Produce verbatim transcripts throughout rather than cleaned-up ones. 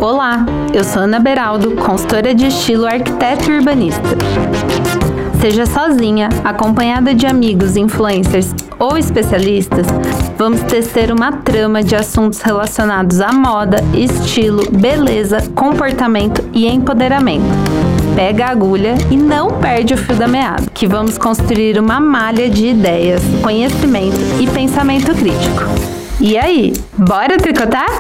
Olá, eu sou Ana Beraldo, consultora de estilo arquiteto e urbanista. Seja sozinha, acompanhada de amigos, influencers ou especialistas, vamos tecer uma trama de assuntos relacionados à moda, estilo, beleza, comportamento e empoderamento. Pega a agulha e não perde o fio da meada, que vamos construir uma malha de ideias, conhecimento e pensamento crítico. E aí, bora tricotar?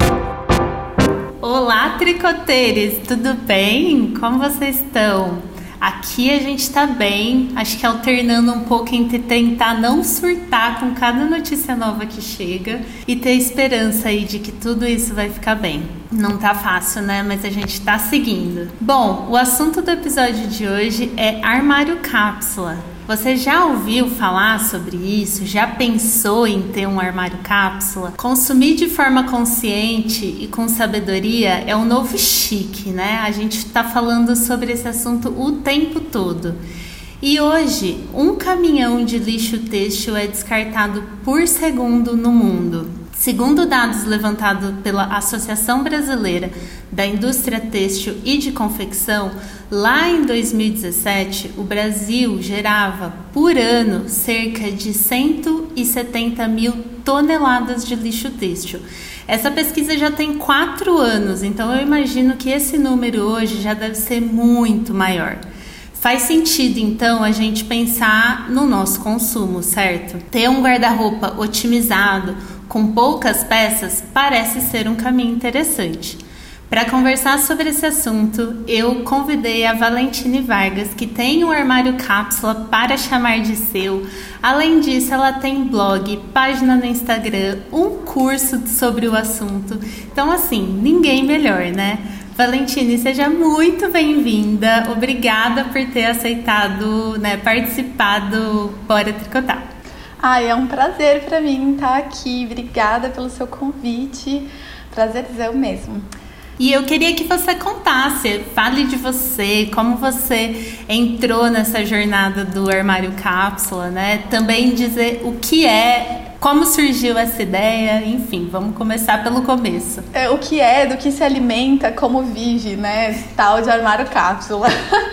Olá, tricoteiros! Tudo bem? Como vocês estão? Aqui a gente tá bem, acho que alternando um pouco entre tentar não surtar com cada notícia nova que chega e ter esperança aí de que tudo isso vai ficar bem. Não tá fácil, né? Mas a gente tá seguindo. Bom, o assunto do episódio de hoje é armário cápsula. Você já ouviu falar sobre isso? Já pensou em ter um armário cápsula? Consumir de forma consciente e com sabedoria é um novo chique, né? A gente está falando sobre esse assunto o tempo todo. E hoje, um caminhão de lixo têxtil é descartado por segundo no mundo. Segundo dados levantados pela Associação Brasileira da Indústria Têxtil e de Confecção, lá em dois mil e dezessete, o Brasil gerava por ano cerca de cento e setenta mil toneladas de lixo têxtil. Essa pesquisa já tem quatro anos, então eu imagino que esse número hoje já deve ser muito maior. Faz sentido, então, a gente pensar no nosso consumo, certo? Ter um guarda-roupa otimizado, com poucas peças, parece ser um caminho interessante. Para conversar sobre esse assunto, eu convidei a Valentine Vargas, que tem um armário cápsula para chamar de seu. Além disso, ela tem blog, página no Instagram, um curso sobre o assunto. Então, assim, ninguém melhor, né? Valentine, seja muito bem-vinda. Obrigada por ter aceitado, né, participar do Bora Tricotar. Ai, é um prazer para mim estar aqui. Obrigada pelo seu convite. Prazerzão mesmo. E eu queria que você contasse, fale de você, como você entrou nessa jornada do armário cápsula, né? Também dizer o que é, como surgiu essa ideia, enfim, vamos começar pelo começo. É, o que é, do que se alimenta, como vive, né? Tal de armário cápsula.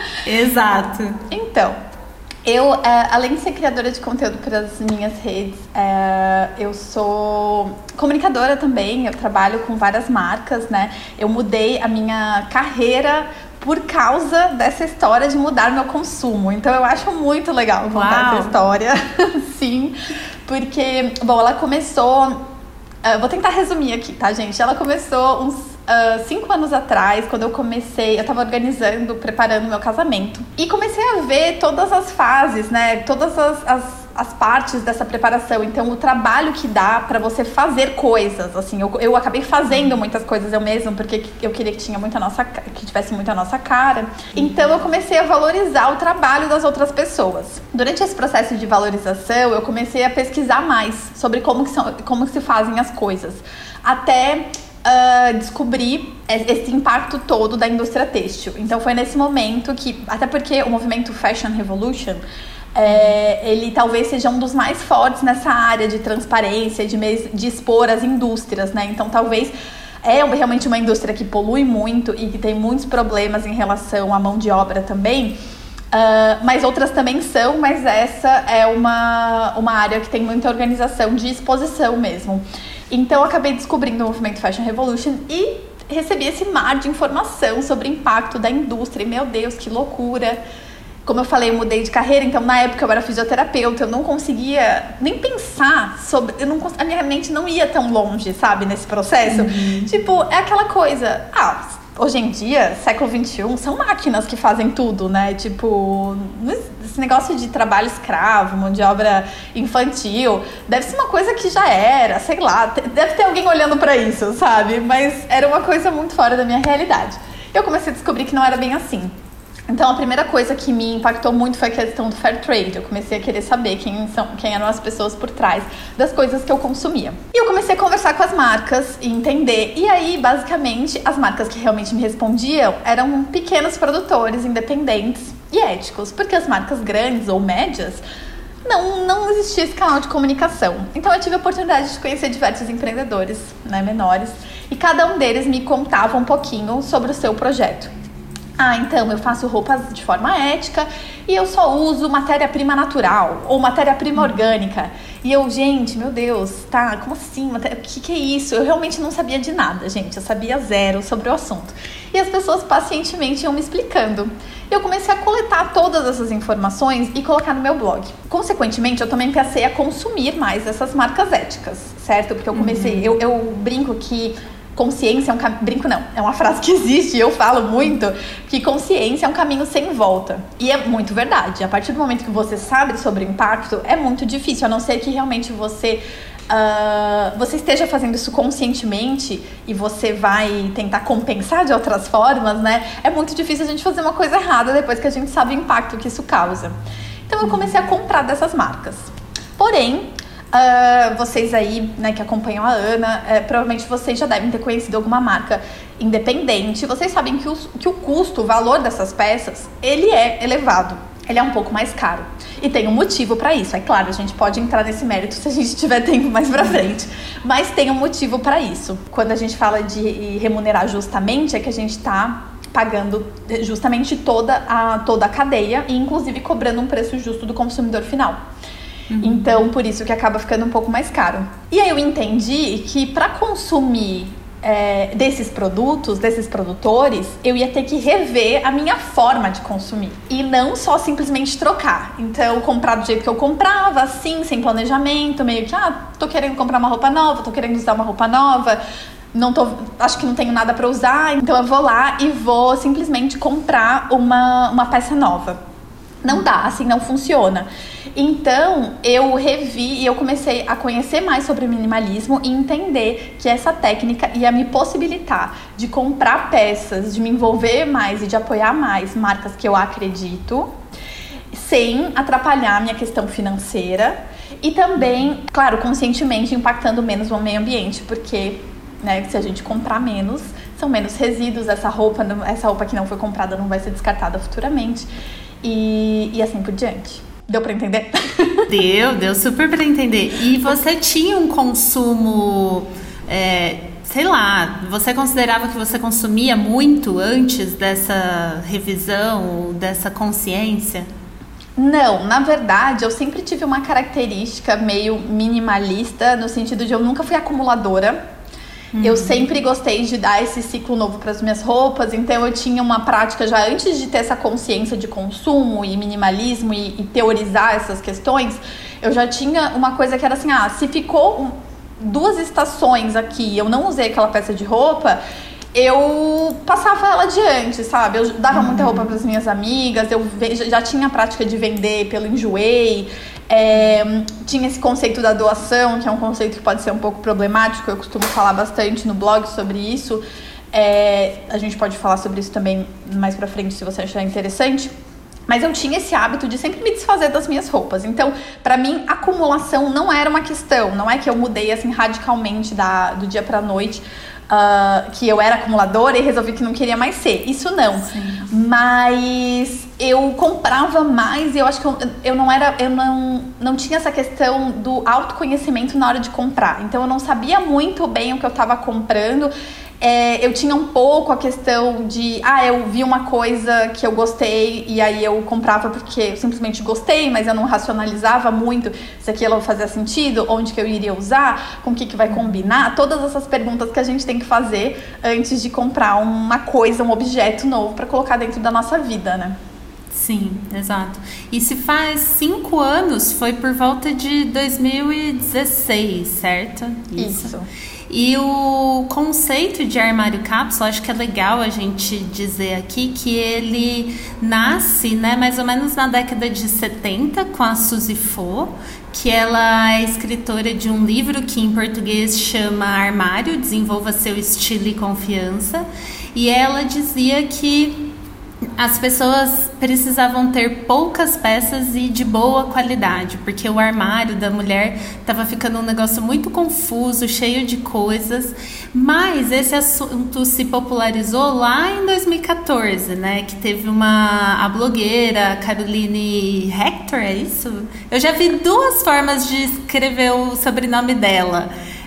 Exato. Então, eu, é, além de ser criadora de conteúdo para as minhas redes, é, eu sou comunicadora também, eu trabalho com várias marcas, né? Eu mudei a minha carreira por causa dessa história de mudar meu consumo. Então eu acho muito legal contar Uau. essa história, sim, porque, bom, ela começou, uh, vou tentar resumir aqui, tá, gente? Ela começou uns Uh, cinco anos atrás, quando eu comecei, eu tava organizando, preparando meu casamento. E comecei a ver todas as fases, né? Todas as, as, as partes dessa preparação. Então, o trabalho que dá pra você fazer coisas, assim. Eu, eu acabei fazendo muitas coisas eu mesma, porque eu queria que, tinha muita nossa, que tivesse muito a nossa cara. Então, eu comecei a valorizar o trabalho das outras pessoas. Durante esse processo de valorização, eu comecei a pesquisar mais sobre como que, são, como que se fazem as coisas. Até Uh, descobrir esse impacto todo da indústria têxtil. Então foi nesse momento que, até porque o movimento Fashion Revolution, é, ele talvez seja um dos mais fortes nessa área de transparência, de, de expor as indústrias, né? Então talvez é realmente uma indústria que polui muito e que tem muitos problemas em relação à mão de obra também. Uh, mas outras também são, mas essa é uma, uma área que tem muita organização de exposição mesmo. Então eu acabei descobrindo o movimento Fashion Revolution e recebi esse mar de informação sobre o impacto da indústria. E, meu Deus, que loucura! Como eu falei, eu mudei de carreira, então na época eu era fisioterapeuta, eu não conseguia nem pensar sobre... Eu não, a minha mente não ia tão longe, sabe, nesse processo. Uhum. Tipo, é aquela coisa... Ah, hoje em dia, século vinte e um, são máquinas que fazem tudo, né? Tipo, esse negócio de trabalho escravo, mão de obra infantil, deve ser uma coisa que já era, sei lá, deve ter alguém olhando pra isso, sabe? Mas era uma coisa muito fora da minha realidade. Eu comecei a descobrir que não era bem assim. Então, a primeira coisa que me impactou muito foi a questão do fair trade. Eu comecei a querer saber quem, são, quem eram as pessoas por trás das coisas que eu consumia. E eu comecei a conversar com as marcas e entender. E aí, basicamente, as marcas que realmente me respondiam eram pequenos produtores independentes e éticos. Porque as marcas grandes ou médias, não, não existia esse canal de comunicação. Então, eu tive a oportunidade de conhecer diversos empreendedores, né, menores. E cada um deles me contava um pouquinho sobre o seu projeto. Ah, então eu faço roupas de forma ética e eu só uso matéria-prima natural ou matéria-prima orgânica. E eu, gente, meu Deus, tá, como assim? O que que é isso? Eu realmente não sabia de nada, gente, eu sabia zero sobre o assunto. E as pessoas pacientemente iam me explicando. E eu comecei a coletar todas essas informações e colocar no meu blog. Consequentemente, eu também passei a consumir mais essas marcas éticas, certo? Porque eu comecei, uhum. eu, eu brinco que consciência é um caminho... Brinco não, é uma frase que existe e eu falo muito, que consciência é um caminho sem volta. E é muito verdade. A partir do momento que você sabe sobre o impacto, é muito difícil, a não ser que realmente você... Uh, você esteja fazendo isso conscientemente e você vai tentar compensar de outras formas, né? É muito difícil a gente fazer uma coisa errada depois que a gente sabe o impacto que isso causa. Então eu comecei a comprar dessas marcas. Porém, uh, vocês aí, né, que acompanham a Ana, uh, provavelmente vocês já devem ter conhecido alguma marca independente. Vocês sabem que, os, que o custo, o valor dessas peças, ele é elevado. Ele é um pouco mais caro. E tem um motivo para isso. É claro, a gente pode entrar nesse mérito se a gente tiver tempo mais pra frente. Mas tem um motivo para isso. Quando a gente fala de remunerar justamente, é que a gente tá pagando justamente toda a, toda a cadeia e inclusive cobrando um preço justo do consumidor final. Uhum. Então, por isso que acaba ficando um pouco mais caro. E aí eu entendi que para consumir É, desses produtos, desses produtores, eu ia ter que rever a minha forma de consumir e não só simplesmente trocar. Então, comprar do jeito que eu comprava, assim, sem planejamento, meio que, ah, tô querendo comprar uma roupa nova, tô querendo usar uma roupa nova, não tô, acho que não tenho nada pra usar, então eu vou lá e vou simplesmente comprar uma, uma peça nova. Não dá, assim não funciona. Então, eu revi e eu comecei a conhecer mais sobre minimalismo e entender que essa técnica ia me possibilitar de comprar peças, de me envolver mais e de apoiar mais marcas que eu acredito, sem atrapalhar a minha questão financeira e também, claro, conscientemente impactando menos o meio ambiente, porque, né, se a gente comprar menos, são menos resíduos, essa roupa, essa roupa que não foi comprada não vai ser descartada futuramente. E, e assim por diante. Deu pra entender? Deu, deu super pra entender. E você tinha um consumo, é, sei lá, você considerava que você consumia muito antes dessa revisão, dessa consciência? Não, na verdade, eu sempre tive uma característica meio minimalista, no sentido de eu nunca fui acumuladora. Eu sempre gostei de dar esse ciclo novo para as minhas roupas, então eu tinha uma prática já antes de ter essa consciência de consumo e minimalismo e, e teorizar essas questões, eu já tinha uma coisa que era assim, ah, se ficou um, duas estações aqui, eu não usei aquela peça de roupa, eu passava ela adiante, sabe? Eu dava uhum. muita roupa para as minhas amigas, eu já tinha a prática de vender pelo Enjoei. É, tinha esse conceito da doação, que é um conceito que pode ser um pouco problemático, eu costumo falar bastante no blog sobre isso. É, a gente pode falar sobre isso também mais pra frente se você achar interessante. Mas eu tinha esse hábito de sempre me desfazer das minhas roupas. Então, pra mim, acumulação não era uma questão. Não é que eu mudei assim radicalmente da, do dia pra noite, uh, que eu era acumuladora e resolvi que não queria mais ser. Isso não. Sim. Mas eu comprava mais e eu acho que eu, eu não era, eu não, não tinha essa questão do autoconhecimento na hora de comprar. Então, eu não sabia muito bem o que eu estava comprando. É, eu tinha um pouco a questão de, ah, eu vi uma coisa que eu gostei e aí eu comprava porque eu simplesmente gostei, mas eu não racionalizava muito se aquilo fazia sentido, onde que eu iria usar, com o que que vai combinar, todas essas perguntas que a gente tem que fazer antes de comprar uma coisa, um objeto novo para colocar dentro da nossa vida, né? Sim, exato. E se faz cinco anos, foi por volta de dois mil e dezesseis, certo? Isso. Isso. E o conceito de armário cápsula, acho que é legal a gente dizer aqui que ele nasce, né, mais ou menos na década de setenta com a Suzy Fo, que ela é escritora de um livro que em português chama Armário, Desenvolva Seu Estilo e Confiança. E ela dizia que as pessoas precisavam ter poucas peças e de boa qualidade, porque o armário da mulher estava ficando um negócio muito confuso, cheio de coisas. Mas esse assunto se popularizou lá em dois mil e catorze, né? Que teve uma a blogueira Caroline Hector, é isso? Eu já vi duas formas de escrever o sobrenome dela.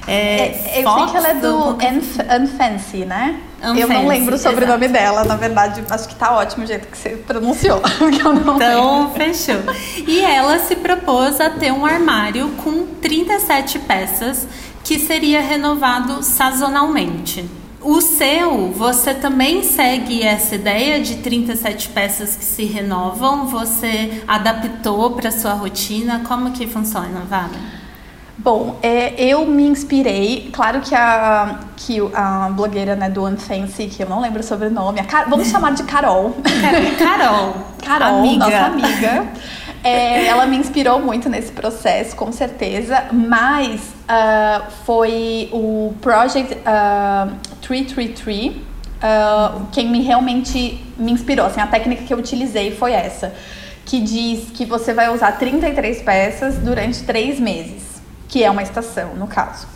É, é, eu sei que ela é do Unfancy, né? Unfancy, eu não lembro o sobrenome dela, na verdade, acho que tá ótimo o jeito que você pronunciou. Eu não então, lembro. Fechou. E ela se propôs a ter um armário com trinta e sete peças que seria renovado sazonalmente. O seu, você também segue essa ideia de trinta e sete peças que se renovam? Você adaptou para sua rotina? Como que funciona, Vale? Bom, é, eu me inspirei, claro que a, que a blogueira, né, do Unfancy, que eu não lembro o sobrenome, a Car- vamos chamar de Carol. Carol, Carol, amiga. nossa amiga. É, ela me inspirou muito nesse processo, com certeza, mas uh, foi o Project uh, trezentos e trinta e três uh, quem me realmente me inspirou. Assim, a técnica que eu utilizei foi essa, que diz que você vai usar trinta e três peças durante três meses. Que é uma estação, no caso.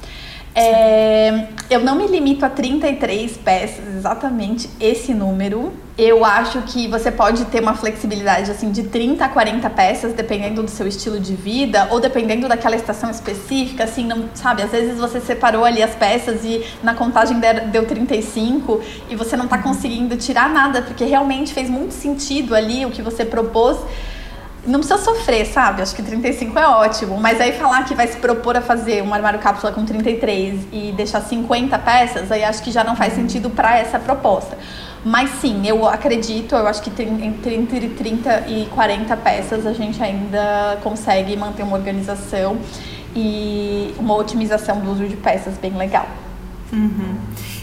É, eu não me limito a trinta e três peças, exatamente esse número. Eu acho que você pode ter uma flexibilidade assim, de trinta a quarenta peças, dependendo do seu estilo de vida, ou dependendo daquela estação específica, assim, não, sabe? Às vezes você separou ali as peças e na contagem deu trinta e cinco e você não tá conseguindo tirar nada, porque realmente fez muito sentido ali o que você propôs. Não precisa sofrer, sabe? Acho que trinta e cinco é ótimo. Mas aí falar que vai se propor a fazer um armário cápsula com trinta e três e deixar cinquenta peças, aí acho que já não faz sentido para essa proposta. Mas sim, eu acredito, eu acho que entre trinta e quarenta peças a gente ainda consegue manter uma organização e uma otimização do uso de peças bem legal. Uhum.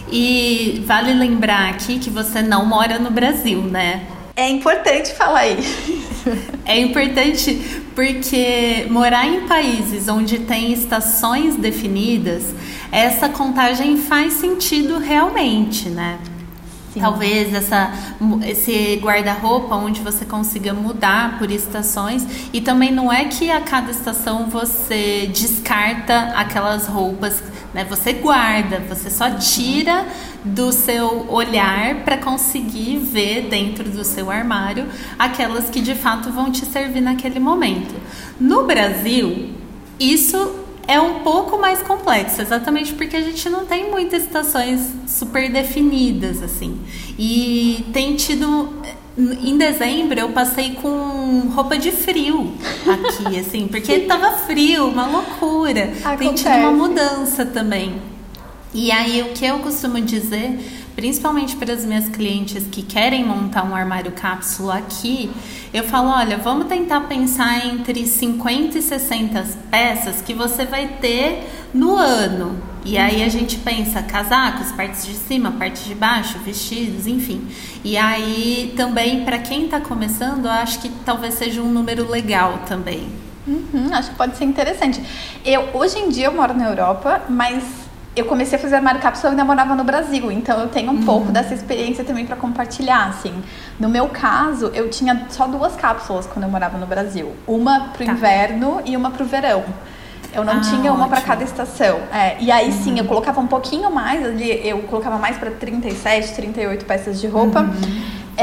E vale lembrar aqui que você não mora no Brasil, né? É importante falar isso. É importante porque morar em países onde tem estações definidas, essa contagem faz sentido realmente, né? Sim. Talvez essa, esse guarda-roupa onde você consiga mudar por estações. E também não é que a cada estação você descarta aquelas roupas, né? Você guarda, você só tira do seu olhar para conseguir ver dentro do seu armário aquelas que de fato vão te servir naquele momento. No Brasil, isso é um pouco mais complexo, exatamente porque a gente não tem muitas estações super definidas, assim. E tem tido... Em dezembro eu passei com roupa de frio aqui, assim, porque tava frio, uma loucura. Acontece. Tem tido uma mudança também. E aí o que eu costumo dizer, principalmente para as minhas clientes que querem montar um armário cápsula aqui, eu falo, olha, vamos tentar pensar entre cinquenta e sessenta peças que você vai ter no ano. E aí a gente pensa casacos, partes de cima, partes de baixo, vestidos, enfim. E aí também para quem está começando, eu acho que talvez seja um número legal também. Uhum, acho que pode ser interessante. Eu, hoje em dia eu moro na Europa, mas eu comecei a fazer armário cápsula e ainda morava no Brasil, então eu tenho um uhum. pouco dessa experiência também para compartilhar, assim. No meu caso, eu tinha só duas cápsulas quando eu morava no Brasil. Uma pro tá. inverno e uma pro verão. Eu não ah, tinha uma para cada estação. É, e aí, uhum. sim, eu colocava um pouquinho mais, eu colocava mais para trinta e sete, trinta e oito peças de roupa. Uhum.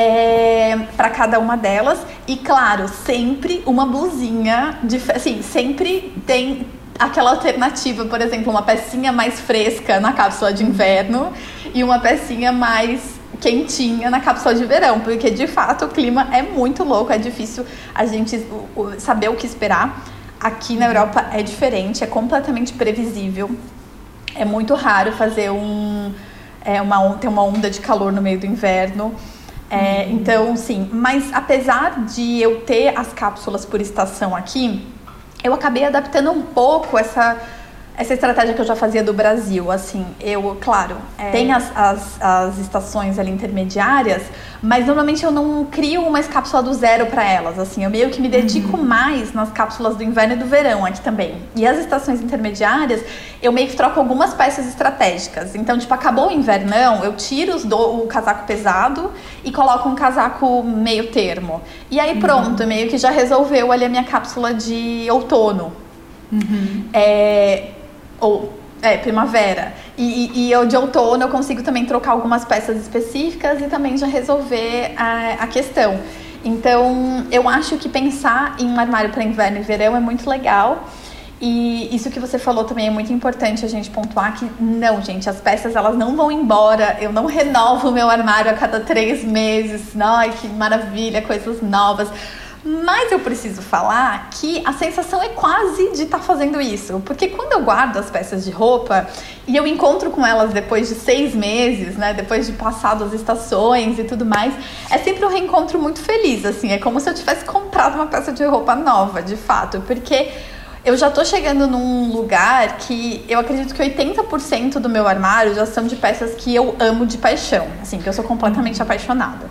É, para cada uma delas. E, claro, sempre uma blusinha, de, assim, sempre tem aquela alternativa, por exemplo, uma pecinha mais fresca na cápsula de inverno e uma pecinha mais quentinha na cápsula de verão, porque de fato o clima é muito louco, é difícil a gente saber o que esperar. Aqui na Europa é diferente, é completamente previsível, é muito raro fazer um, é, uma, ter uma onda de calor no meio do inverno. É, uhum. Então, sim, mas apesar de eu ter as cápsulas por estação aqui, eu acabei adaptando um pouco essa, essa estratégia que eu já fazia do Brasil. Assim, eu, claro, é, tem as, as, as estações ali intermediárias, mas normalmente eu não crio uma cápsula do zero para elas. Assim, eu meio que me dedico uhum. mais nas cápsulas do inverno e do verão aqui também. E as estações intermediárias, eu meio que troco algumas peças estratégicas. Então, tipo, acabou o invernão, eu tiro os do, o casaco pesado e coloco um casaco meio termo. E aí pronto, uhum. meio que já resolveu ali a minha cápsula de outono. Uhum. É, ou é, primavera. E, e, e eu de outono eu consigo também trocar algumas peças específicas e também já resolver a, a questão. Então, eu acho que pensar em um armário para inverno e verão é muito legal. E isso que você falou também é muito importante a gente pontuar que não, gente, as peças elas não vão embora. Eu não renovo o meu armário a cada três meses. Ai, que maravilha, coisas novas. Mas eu preciso falar que a sensação é quase de estar tá fazendo isso. Porque quando eu guardo as peças de roupa e eu encontro com elas depois de seis meses, né? Depois de passado as estações e tudo mais, é sempre um reencontro muito feliz, assim. É como se eu tivesse comprado uma peça de roupa nova, de fato. Porque eu já tô chegando num lugar que eu acredito que oitenta por cento do meu armário já são de peças que eu amo de paixão. Assim, que eu sou completamente apaixonada.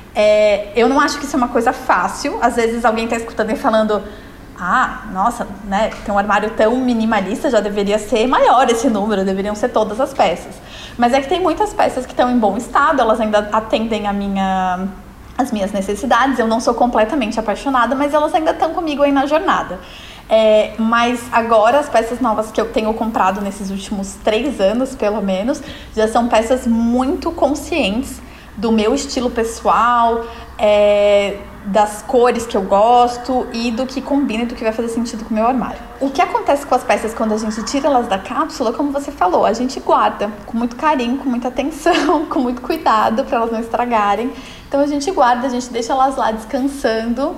É, eu não acho que isso é uma coisa fácil. Às vezes alguém está escutando e falando: ah, nossa, né, tem um armário tão minimalista, já deveria ser maior esse número, deveriam ser todas as peças. Mas é que tem muitas peças que estão em bom estado, elas ainda atendem a minha, as minhas necessidades. Eu não sou completamente apaixonada, mas elas ainda estão comigo aí na jornada. É, mas agora as peças novas que eu tenho comprado nesses últimos três anos, pelo menos, já são peças muito conscientes do meu estilo pessoal, é, das cores que eu gosto e do que combina e do que vai fazer sentido com o meu armário. O que acontece com as peças quando a gente tira elas da cápsula, como você falou, a gente guarda com muito carinho, com muita atenção, com muito cuidado para elas não estragarem. Então a gente guarda, a gente deixa elas lá descansando,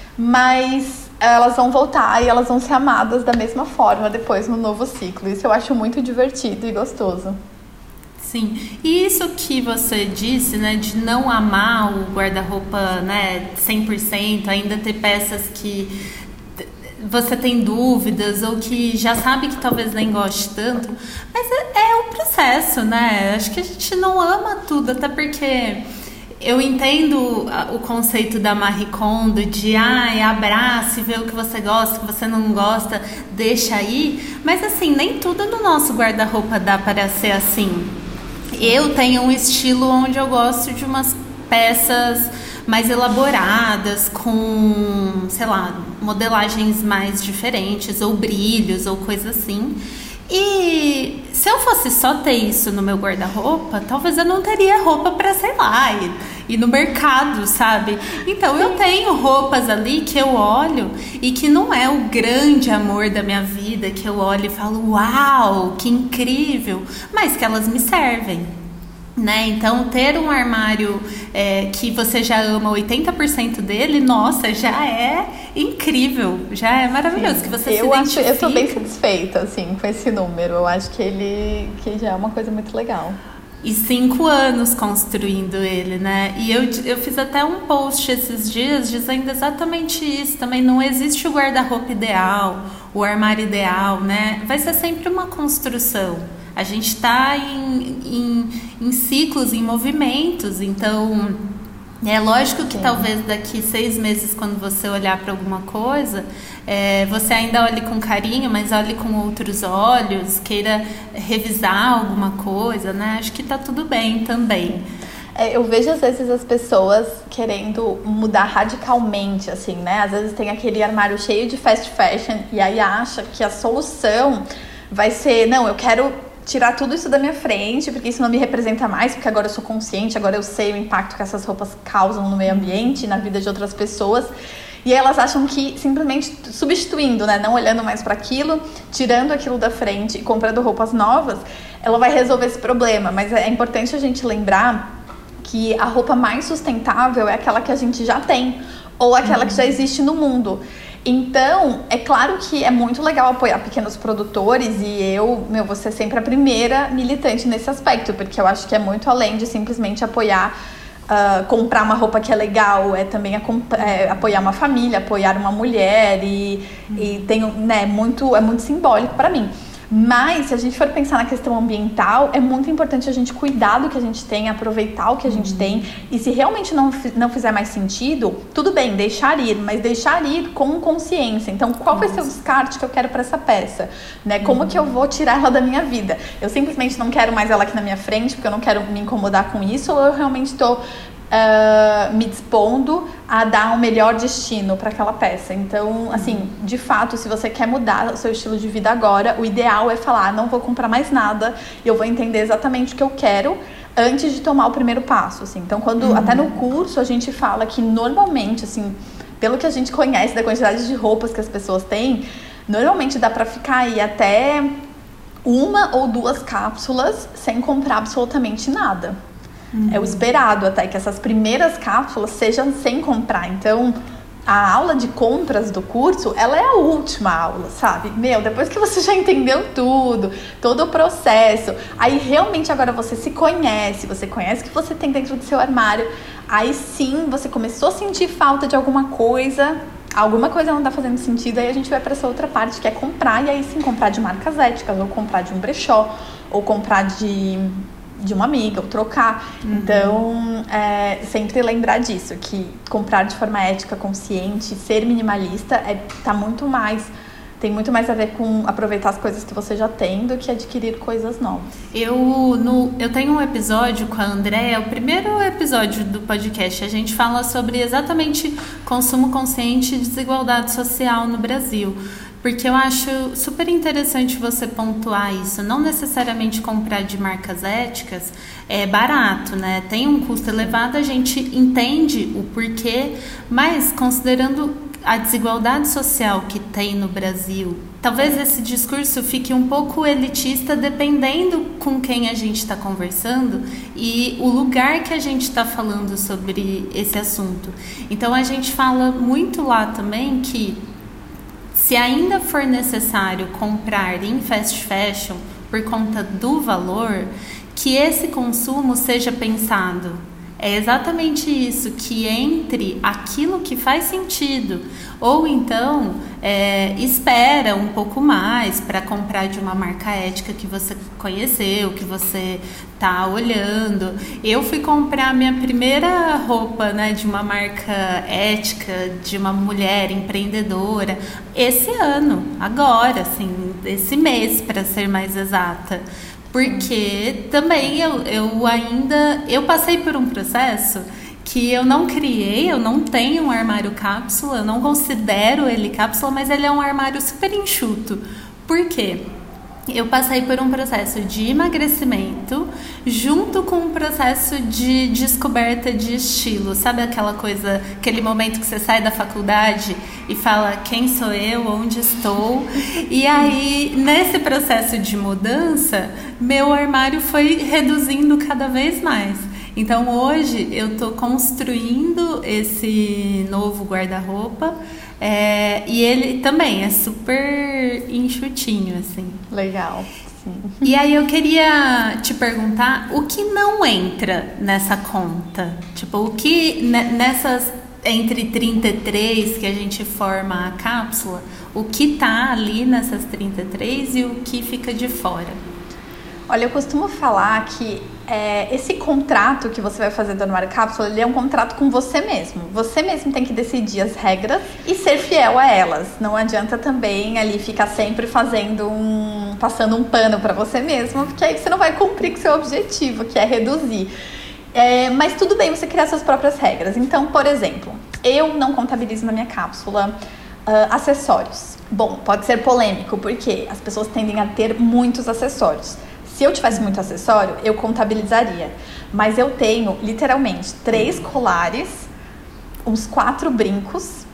mas elas vão voltar e elas vão ser amadas da mesma forma depois no novo ciclo. Isso eu acho muito divertido e gostoso. Sim, e isso que você disse, né, de não amar o guarda-roupa, né, cem por cento, ainda ter peças que você tem dúvidas ou que já sabe que talvez nem goste tanto, mas é, é o processo, né, acho que a gente não ama tudo, até porque eu entendo o conceito da Marie Kondo de ai, abraça e vê o que você gosta, o que você não gosta, deixa aí, mas assim, nem tudo no nosso guarda-roupa dá para ser assim. Eu tenho um estilo onde eu gosto de umas peças mais elaboradas, com, sei lá, modelagens mais diferentes, ou brilhos, ou coisa assim. E se eu fosse só ter isso no meu guarda-roupa, talvez eu não teria roupa para, sei lá, ir, ir no mercado, sabe? Então eu tenho roupas ali que eu olho e que não é o grande amor da minha vida, que eu olho e falo, uau, que incrível, mas que elas me servem. Né? Então, ter um armário é, que você já ama oitenta por cento dele, nossa, já é incrível, já é maravilhoso. Sim. Que você eu se acho, identifica. Eu tô bem satisfeita, assim, com esse número. Eu acho que ele que já é uma coisa muito legal. E cinco anos construindo ele, né? E eu, eu fiz até um post esses dias dizendo exatamente isso. Também não existe o guarda-roupa ideal, o armário ideal, né? Vai ser sempre uma construção. A gente está em, em, em ciclos, em movimentos, então é lógico que Sim. talvez daqui seis meses, quando você olhar para alguma coisa, é, você ainda olhe com carinho, mas olhe com outros olhos, queira revisar alguma coisa, né? Acho que está tudo bem também. É, eu vejo às vezes as pessoas querendo mudar radicalmente, assim, né? Às vezes tem aquele armário cheio de fast fashion e aí acha que a solução vai ser, não, eu quero tirar tudo isso da minha frente, porque isso não me representa mais, porque agora eu sou consciente, agora eu sei o impacto que essas roupas causam no meio ambiente, na vida de outras pessoas. E aí elas acham que simplesmente substituindo, né, não olhando mais para aquilo, tirando aquilo da frente e comprando roupas novas, ela vai resolver esse problema. Mas é importante a gente lembrar que a roupa mais sustentável é aquela que a gente já tem, ou aquela que já existe no mundo. Então, é claro que é muito legal apoiar pequenos produtores e eu, meu, vou ser sempre a primeira militante nesse aspecto, porque eu acho que é muito além de simplesmente apoiar, uh, comprar uma roupa que é legal, é também a, é, apoiar uma família, apoiar uma mulher e, hum. e tem, né, muito, é muito simbólico para mim. Mas, se a gente for pensar na questão ambiental, é muito importante a gente cuidar do que a gente tem, aproveitar o que a gente uhum. tem. E se realmente não, não fizer mais sentido, tudo bem, deixar ir, mas deixar ir com consciência. Então, qual Nossa. vai ser o descarte que eu quero para essa peça? Né? Como uhum. que eu vou tirar ela da minha vida? Eu simplesmente não quero mais ela aqui na minha frente, porque eu não quero me incomodar com isso, ou eu realmente estou Uh, me dispondo a dar um melhor destino para aquela peça. Então, assim, de fato, se você quer mudar o seu estilo de vida agora, o ideal é falar, não vou comprar mais nada, eu vou entender exatamente o que eu quero antes de tomar o primeiro passo, assim. Então, quando uhum. até no curso a gente fala que normalmente, assim, pelo que a gente conhece da quantidade de roupas que as pessoas têm, Normalmente dá pra ficar aí até uma ou duas cápsulas sem comprar absolutamente nada. Uhum. É o esperado até que essas primeiras cápsulas sejam sem comprar. Então, a aula de compras do curso, ela é a última aula, sabe? Meu, depois que você já entendeu tudo, todo o processo, aí realmente agora você se conhece, você conhece o que você tem dentro do seu armário, aí sim você começou a sentir falta de alguma coisa, alguma coisa não tá fazendo sentido, aí a gente vai para essa outra parte que é comprar, e aí sim comprar de marcas éticas, ou comprar de um brechó, ou comprar de... de uma amiga, ou trocar. Uhum. Então, é, sempre lembrar disso, que comprar de forma ética, consciente, ser minimalista, é, tá muito mais, tem muito mais a ver com aproveitar as coisas que você já tem do que adquirir coisas novas. Eu, no, eu tenho um episódio com a Andréa, o primeiro episódio do podcast, a gente fala sobre exatamente consumo consciente e desigualdade social no Brasil. Porque eu acho super interessante você pontuar isso. Não necessariamente comprar de marcas éticas é barato, né? Tem um custo elevado, a gente entende o porquê, mas considerando a desigualdade social que tem no Brasil, talvez esse discurso fique um pouco elitista dependendo com quem a gente está conversando e o lugar que a gente está falando sobre esse assunto. Então a gente fala muito lá também que se ainda for necessário comprar em fast fashion por conta do valor, que esse consumo seja pensado. É exatamente isso, que entre aquilo que faz sentido, ou então é, espera um pouco mais para comprar de uma marca ética que você conheceu, que você tá olhando. Eu fui comprar minha primeira roupa, né, de uma marca ética, de uma mulher empreendedora, esse ano, agora, assim, esse mês, para ser mais exata. Porque também eu, eu ainda, eu passei por um processo que eu não criei, eu não tenho um armário cápsula, eu não considero ele cápsula, mas ele é um armário super enxuto. Por quê? Eu passei por um processo de emagrecimento junto com um processo de descoberta de estilo. Sabe aquela coisa, aquele momento que você sai da faculdade e fala quem sou eu, onde estou? E aí, nesse processo de mudança, meu armário foi reduzindo cada vez mais. Então hoje eu estou construindo esse novo guarda-roupa. É, e ele também é super enxutinho, assim. Legal, sim. E aí eu queria te perguntar o que não entra nessa conta? Tipo, o que nessas entre trinta e três que a gente forma a cápsula, o que tá ali nessas trinta e três e o que fica de fora? Olha, eu costumo falar que é, esse contrato que você vai fazer do Armário Cápsula, ele é um contrato com você mesmo. Você mesmo tem que decidir as regras e ser fiel a elas. Não adianta também ali ficar sempre fazendo um... passando um pano para você mesmo, porque aí você não vai cumprir com o seu objetivo, que é reduzir. É, mas tudo bem você criar suas próprias regras. Então, por exemplo, eu não contabilizo na minha cápsula uh, acessórios. Bom, pode ser polêmico, porque as pessoas tendem a ter muitos acessórios. Se eu tivesse muito acessório, eu contabilizaria. Mas eu tenho, literalmente, três colares, uns quatro brincos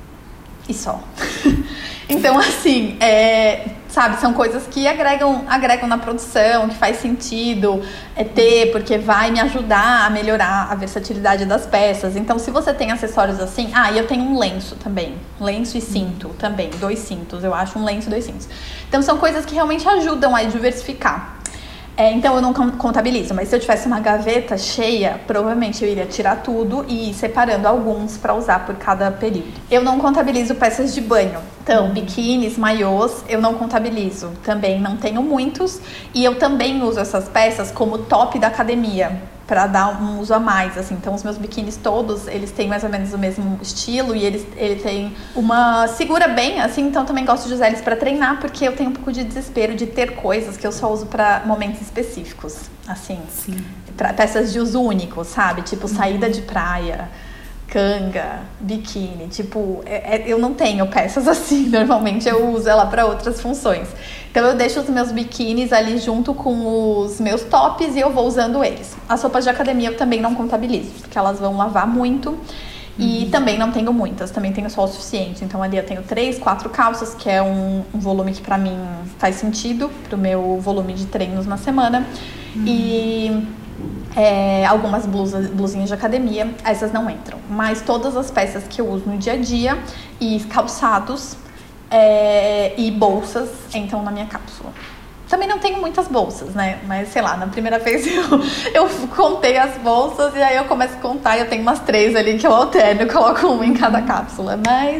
e só. Então, assim, é, sabe, são coisas que agregam, agregam na produção, que faz sentido é, ter, porque vai me ajudar a melhorar a versatilidade das peças. Então, se você tem acessórios assim... Ah, e eu tenho um lenço também. Lenço e cinto também. Dois cintos, eu acho, um lenço e dois cintos. Então, são coisas que realmente ajudam a diversificar. É, então eu não contabilizo, mas se eu tivesse uma gaveta cheia, provavelmente eu iria tirar tudo e ir separando alguns para usar por cada período. Eu não contabilizo peças de banho, então biquínis, maiôs, eu não contabilizo, também não tenho muitos, e eu também uso essas peças como top da academia, para dar um uso a mais, assim. Então os meus biquínis todos, eles têm mais ou menos o mesmo estilo e eles, ele tem uma... segura bem, assim, então eu também gosto de usar eles para treinar, porque eu tenho um pouco de desespero de ter coisas que eu só uso para momentos específicos, assim. Sim. Pra peças de uso único, sabe? Tipo, saída de praia, canga, biquíni, tipo, é, é, eu não tenho peças assim, normalmente eu uso ela para outras funções. Então eu deixo os meus biquínis ali junto com os meus tops e eu vou usando eles. As roupas de academia eu também não contabilizo, porque elas vão lavar muito E também não tenho muitas, também tenho só o suficiente. Então ali eu tenho três, quatro calças, que é um, um volume que pra mim faz sentido pro meu volume de treinos na semana. Uhum. E é, algumas blusas, blusinhas de academia, essas não entram. Mas todas as peças que eu uso no dia a dia e calçados é, e bolsas entram na minha cápsula. Também não tenho muitas bolsas, né? Mas, sei lá, na primeira vez eu, eu contei as bolsas e aí eu começo a contar e eu tenho umas três ali que eu alterno, eu coloco uma em cada cápsula. Mas,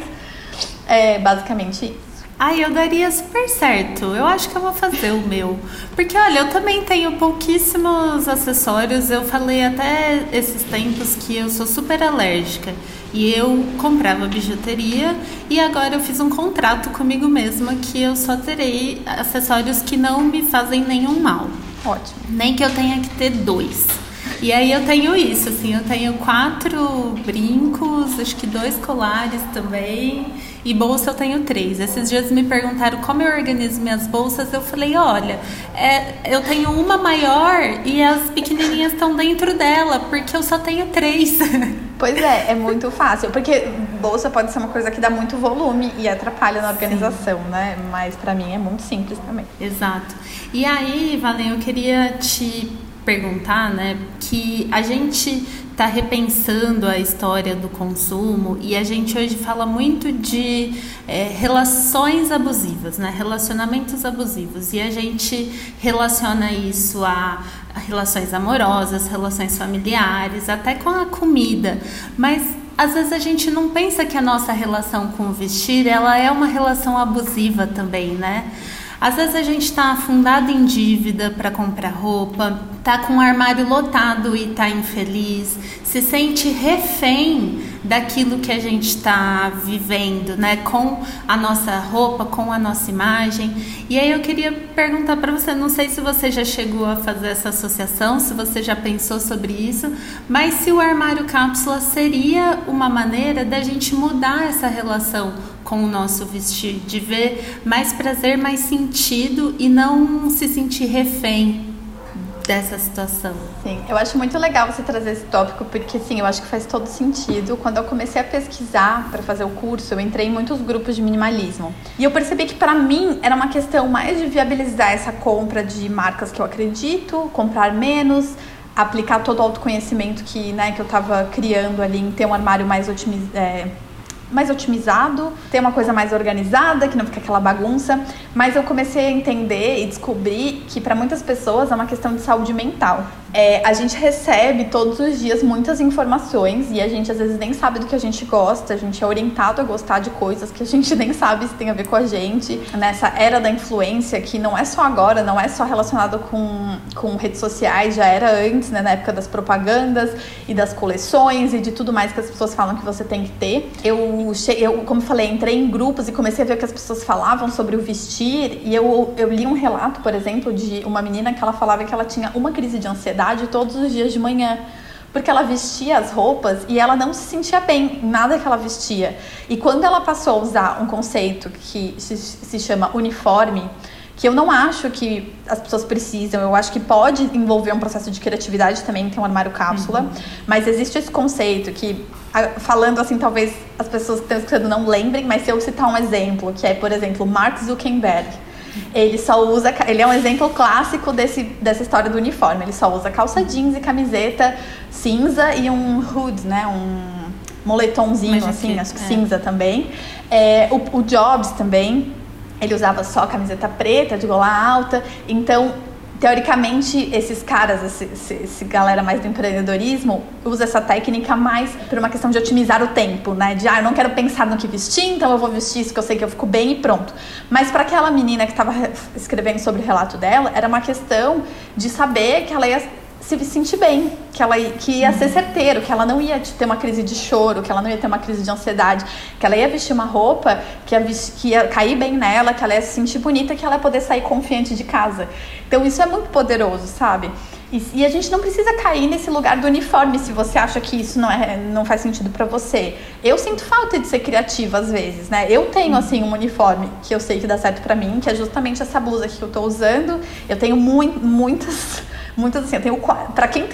é basicamente isso. Ai, eu daria super certo. Eu acho que eu vou fazer o meu. Porque, olha, eu também tenho pouquíssimos acessórios. Eu falei até esses tempos que eu sou super alérgica. E eu comprava bijuteria e agora eu fiz um contrato comigo mesma que eu só terei acessórios que não me fazem nenhum mal. Ótimo. Nem que eu tenha que ter dois. E aí eu tenho isso, assim, eu tenho quatro brincos, acho que dois colares também, e bolsa eu tenho três. Esses dias me perguntaram como eu organizo minhas bolsas, eu falei, olha, é, eu tenho uma maior e as pequenininhas estão dentro dela, porque eu só tenho três. Pois é, é muito fácil, porque bolsa pode ser uma coisa que dá muito volume e atrapalha na organização, Sim. né? Mas pra mim é muito simples também. Exato. E aí, Valen, eu queria te perguntar, né, que a gente está repensando a história do consumo e a gente hoje fala muito de é, relações abusivas, né, relacionamentos abusivos, e a gente relaciona isso a, a relações amorosas, relações familiares, até com a comida, mas às vezes a gente não pensa que a nossa relação com o vestir, ela é uma relação abusiva também, né? Às vezes a gente está afundado em dívida para comprar roupa, está com o armário lotado e está infeliz, se sente refém daquilo que a gente está vivendo, né? Com a nossa roupa, com a nossa imagem. E aí eu queria perguntar para você, não sei se você já chegou a fazer essa associação, se você já pensou sobre isso, mas se o armário cápsula seria uma maneira da gente mudar essa relação com o nosso vestir, de ver mais prazer, mais sentido e não se sentir refém dessa situação. Sim, eu acho muito legal você trazer esse tópico, porque sim, eu acho que faz todo sentido. Quando eu comecei a pesquisar para fazer o curso, eu entrei em muitos grupos de minimalismo. E eu percebi que para mim era uma questão mais de viabilizar essa compra de marcas que eu acredito, comprar menos, aplicar todo o autoconhecimento que, né, que eu estava criando ali em ter um armário mais otimizado, é, mais otimizado, ter uma coisa mais organizada, que não fica aquela bagunça. Mas eu comecei a entender e descobrir que para muitas pessoas é uma questão de saúde mental. É, a gente recebe todos os dias muitas informações e a gente às vezes nem sabe do que a gente gosta, a gente é orientado a gostar de coisas que a gente nem sabe se tem a ver com a gente. Nessa era da influência, que não é só agora, não é só relacionado com, com redes sociais, já era antes, né, na época das propagandas e das coleções e de tudo mais que as pessoas falam que você tem que ter. Eu, eu como eu falei, entrei em grupos e comecei a ver o que as pessoas falavam sobre o vestir e eu, eu li um relato, por exemplo, de uma menina que ela falava que ela tinha uma crise de ansiedade todos os dias de manhã, porque ela vestia as roupas e ela não se sentia bem em nada que ela vestia. E quando ela passou a usar um conceito que se, se chama uniforme, que eu não acho que as pessoas precisam, eu acho que pode envolver um processo de criatividade também, tem um armário cápsula, uhum. mas existe esse conceito que, falando assim, talvez as pessoas que estão escutando não lembrem, mas se eu citar um exemplo, que é, por exemplo, Mark Zuckerberg, ele só usa, ele é um exemplo clássico desse, dessa história do uniforme. Ele só usa calça jeans e camiseta cinza e um hood, né? Um moletomzinho, Mas assim, acho que é. cinza também. É, o, o Jobs também, ele usava só camiseta preta, de gola alta. Então, teoricamente, esses caras, esse, esse, esse galera mais do empreendedorismo, usa essa técnica mais por uma questão de otimizar o tempo, né? De, ah, eu não quero pensar no que vestir, então eu vou vestir isso que eu sei que eu fico bem e pronto. Mas para aquela menina que estava escrevendo sobre o relato dela, era uma questão de saber que ela ia se sentir bem, que ela que ia ser certeiro, que ela não ia ter uma crise de choro, que ela não ia ter uma crise de ansiedade, que ela ia vestir uma roupa que ia, vestir, que ia cair bem nela, que ela ia se sentir bonita, que ela ia poder sair confiante de casa. Então isso é muito poderoso, sabe? E, e a gente não precisa cair nesse lugar do uniforme se você acha que isso não, é, não faz sentido pra você. Eu sinto falta de ser criativa às vezes, né? Eu tenho, assim, um uniforme que eu sei que dá certo pra mim, que é justamente essa blusa que eu tô usando. Eu tenho mu- muitas... Muitas assim, eu tenho, pra quem tem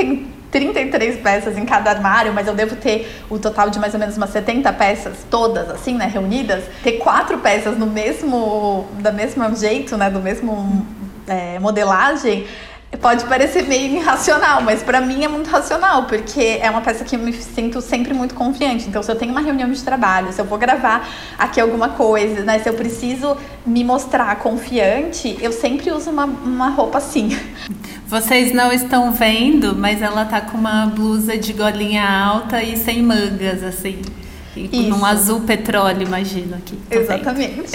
trinta e três peças em cada armário, mas eu devo ter o total de mais ou menos umas setenta peças, todas assim, né, reunidas. Ter quatro peças no mesmo, do mesmo jeito, né, do mesmo é, modelagem, pode parecer meio irracional, mas pra mim é muito racional, porque é uma peça que eu me sinto sempre muito confiante. Então, se eu tenho uma reunião de trabalho, se eu vou gravar aqui alguma coisa, né, se eu preciso me mostrar confiante, eu sempre uso uma, uma roupa assim. Vocês não estão vendo, mas ela tá com uma blusa de golinha alta e sem mangas, assim. E num azul petróleo, imagino aqui. Exatamente.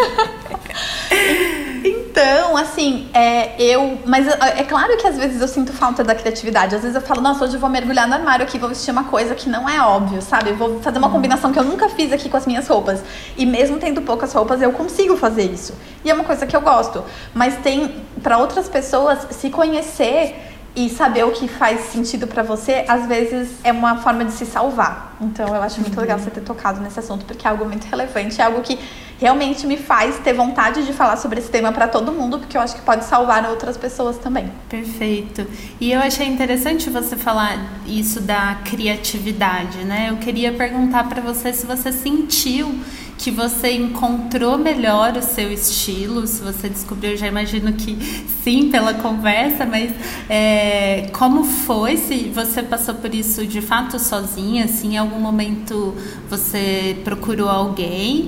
Então, assim, é, eu... Mas é claro que às vezes eu sinto falta da criatividade. Às vezes eu falo, nossa, hoje eu vou mergulhar no armário aqui, vou vestir uma coisa que não é óbvio, sabe? Eu vou fazer uma combinação que eu nunca fiz aqui com as minhas roupas. E mesmo tendo poucas roupas, eu consigo fazer isso. E é uma coisa que eu gosto. Mas tem, para outras pessoas, se conhecer e saber o que faz sentido pra você, às vezes é uma forma de se salvar. Então eu acho muito legal você ter tocado nesse assunto, porque é algo muito relevante, é algo que realmente me faz ter vontade de falar sobre esse tema pra todo mundo, porque eu acho que pode salvar outras pessoas também. Perfeito. E eu achei interessante você falar isso da criatividade, né? Eu queria perguntar pra você se você sentiu que você encontrou melhor o seu estilo, se você descobriu, eu já imagino que sim, pela conversa, mas é, como foi, se você passou por isso de fato sozinha, assim, em algum momento você procurou alguém,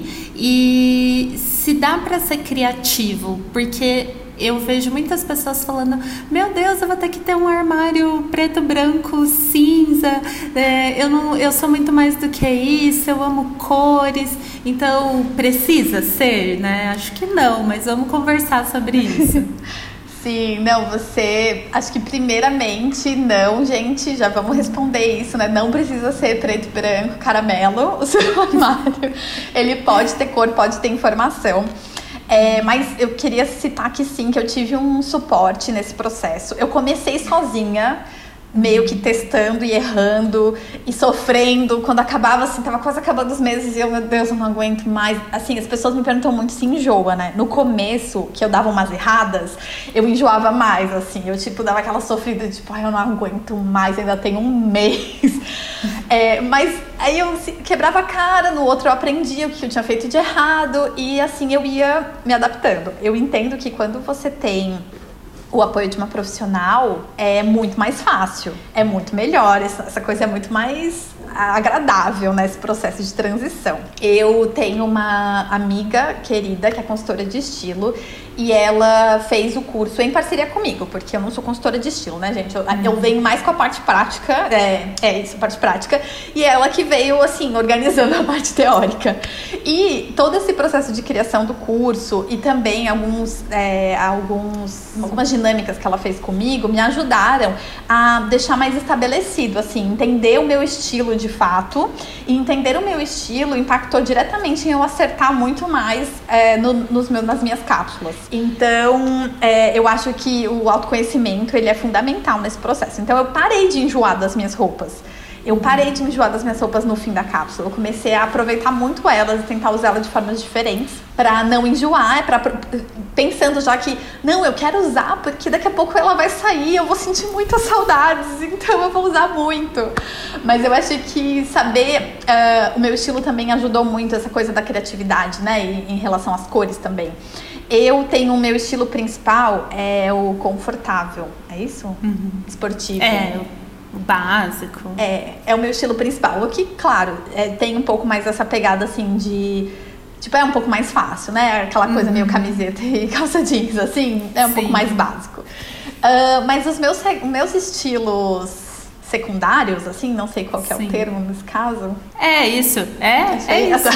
e se dá para ser criativo, porque eu vejo muitas pessoas falando, meu Deus, eu vou ter que ter um armário preto, branco, cinza, é, eu, não, eu sou muito mais do que isso, eu amo cores, então precisa ser, né? Acho que não, mas vamos conversar sobre isso. Sim, não, você... Acho que primeiramente, não, gente, já vamos responder isso, né? Não precisa ser preto, branco, caramelo, o seu armário. Ele pode ter cor, pode ter informação. É, mas eu queria citar que sim, que eu tive um suporte nesse processo. Eu comecei sozinha, meio que testando e errando e sofrendo. Quando acabava, assim, tava quase acabando os meses e eu, meu Deus, eu não aguento mais. Assim, as pessoas me perguntam muito se enjoa, né? No começo, que eu dava umas erradas, eu enjoava mais, assim. Eu, tipo, dava aquela sofrida, tipo, ai, eu não aguento mais, ainda tem um mês. É, mas aí eu quebrava a cara, no outro eu aprendia o que eu tinha feito de errado e, assim, eu ia me adaptando. Eu entendo que quando você tem o apoio de uma profissional, é muito mais fácil, é muito melhor, essa, essa coisa é muito mais agradável nesse processo de transição. Eu tenho uma amiga querida que é consultora de estilo e ela fez o curso em parceria comigo, porque eu não sou consultora de estilo, né, gente? Eu, uhum. eu venho mais com a parte prática, é, é isso, a parte prática, e ela que veio, assim, organizando a parte teórica. E todo esse processo de criação do curso e também alguns, é, alguns, algumas dinâmicas que ela fez comigo me ajudaram a deixar mais estabelecido, assim, entender o meu estilo de fato, e entender o meu estilo impactou diretamente em eu acertar muito mais é, no, nos meus, nas minhas cápsulas. Então, é, eu acho que o autoconhecimento, ele é fundamental nesse processo. Então, eu parei de enjoar das minhas roupas. Eu parei de enjoar das minhas roupas no fim da cápsula. Eu comecei a aproveitar muito elas e tentar usá-las de formas diferentes pra não enjoar, pra, pensando já que, não, eu quero usar porque daqui a pouco ela vai sair, eu vou sentir muitas saudades, então eu vou usar muito. Mas eu acho que saber uh, o meu estilo também ajudou muito essa coisa da criatividade, né? E, em relação às cores também. Eu tenho o meu estilo principal, é o confortável, é isso? Uhum. Esportivo. É, o básico. É, é o meu estilo principal. O que, claro, é, tem um pouco mais essa pegada, assim, de... Tipo, é um pouco mais fácil, né? Aquela coisa uhum. meio camiseta e calça jeans, assim, é um Sim. pouco mais básico. Uh, mas os meus, meus estilos secundários, assim, não sei qual que é Sim. o termo nesse caso. É isso, é, é isso.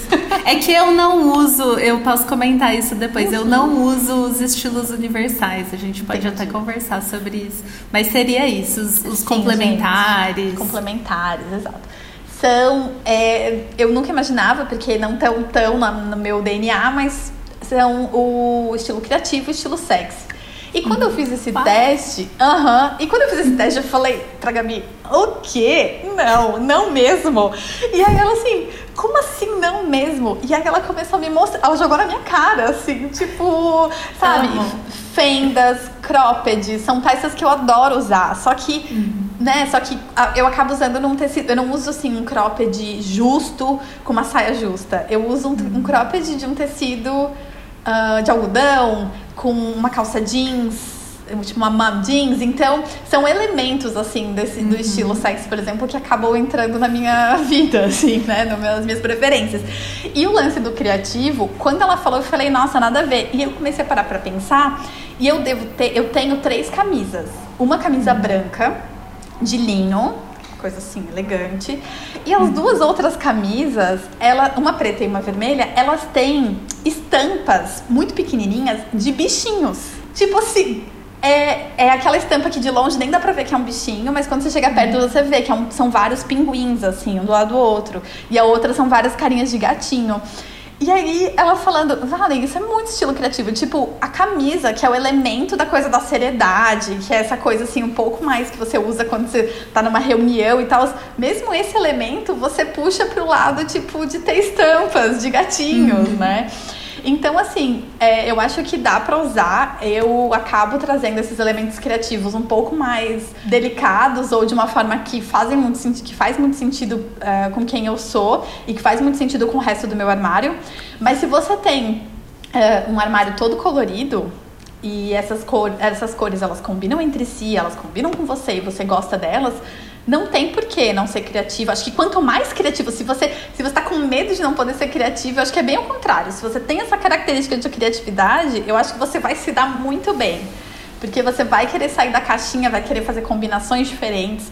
É que eu não uso, eu posso comentar isso depois, uhum. eu não uso os estilos universais, a gente pode Entendi. Até conversar sobre isso, mas seria isso, os, os Sim, complementares. Gente, complementares, exato. São, é, eu nunca imaginava, porque não estão tão no meu D N A, mas são o estilo criativo e o estilo sexy. E quando eu fiz esse teste, aham, uh-huh, e quando eu fiz esse teste, eu falei pra Gabi, o quê? Não, não mesmo. E aí ela assim, como assim não mesmo? E aí ela começou a me mostrar, ela jogou na minha cara, assim, tipo, sabe, uhum. fendas, cropped, são peças que eu adoro usar, só que... Uhum. Né, só que eu acabo usando num tecido, eu não uso assim um cropped justo com uma saia justa. Eu uso um, um cropped de um tecido uh, de algodão com uma calça jeans, tipo uma mom jeans. Então são elementos assim desse, do uhum. estilo sexy, por exemplo, que acabam entrando na minha vida, assim, né, nas minhas preferências. E o lance do criativo, quando ela falou, eu falei, nossa, nada a ver. E eu comecei a parar pra pensar, e eu devo ter, eu tenho três camisas. Uma camisa uhum. branca de linho, coisa assim, elegante. E as uhum. duas outras camisas, ela, uma preta e uma vermelha, elas têm estampas muito pequenininhas de bichinhos. Tipo assim, é, é aquela estampa que de longe nem dá pra ver que é um bichinho, mas quando você chega perto você vê que é um, são vários pinguins, assim, um do lado do outro. E a outra são várias carinhas de gatinho. E aí, ela falando, Valen, isso é muito estilo criativo. Tipo, a camisa, que é o elemento da coisa da seriedade, que é essa coisa, assim, um pouco mais que você usa quando você tá numa reunião e tal. Mesmo esse elemento, você puxa pro lado, tipo, de ter estampas de gatinhos, uhum. né? Então, assim, é, eu acho que dá pra usar. Eu acabo trazendo esses elementos criativos um pouco mais delicados ou de uma forma que, fazem muito, que faz muito sentido uh, com quem eu sou e que faz muito sentido com o resto do meu armário. Mas se você tem uh, um armário todo colorido e essas, cor, essas cores, elas combinam entre si, elas combinam com você e você gosta delas, não tem por que não ser criativo. Acho que quanto mais criativo, se você se você tá com medo de não poder ser criativo, eu acho que é bem ao contrário. Se você tem essa característica de criatividade, eu acho que você vai se dar muito bem. Porque você vai querer sair da caixinha, vai querer fazer combinações diferentes.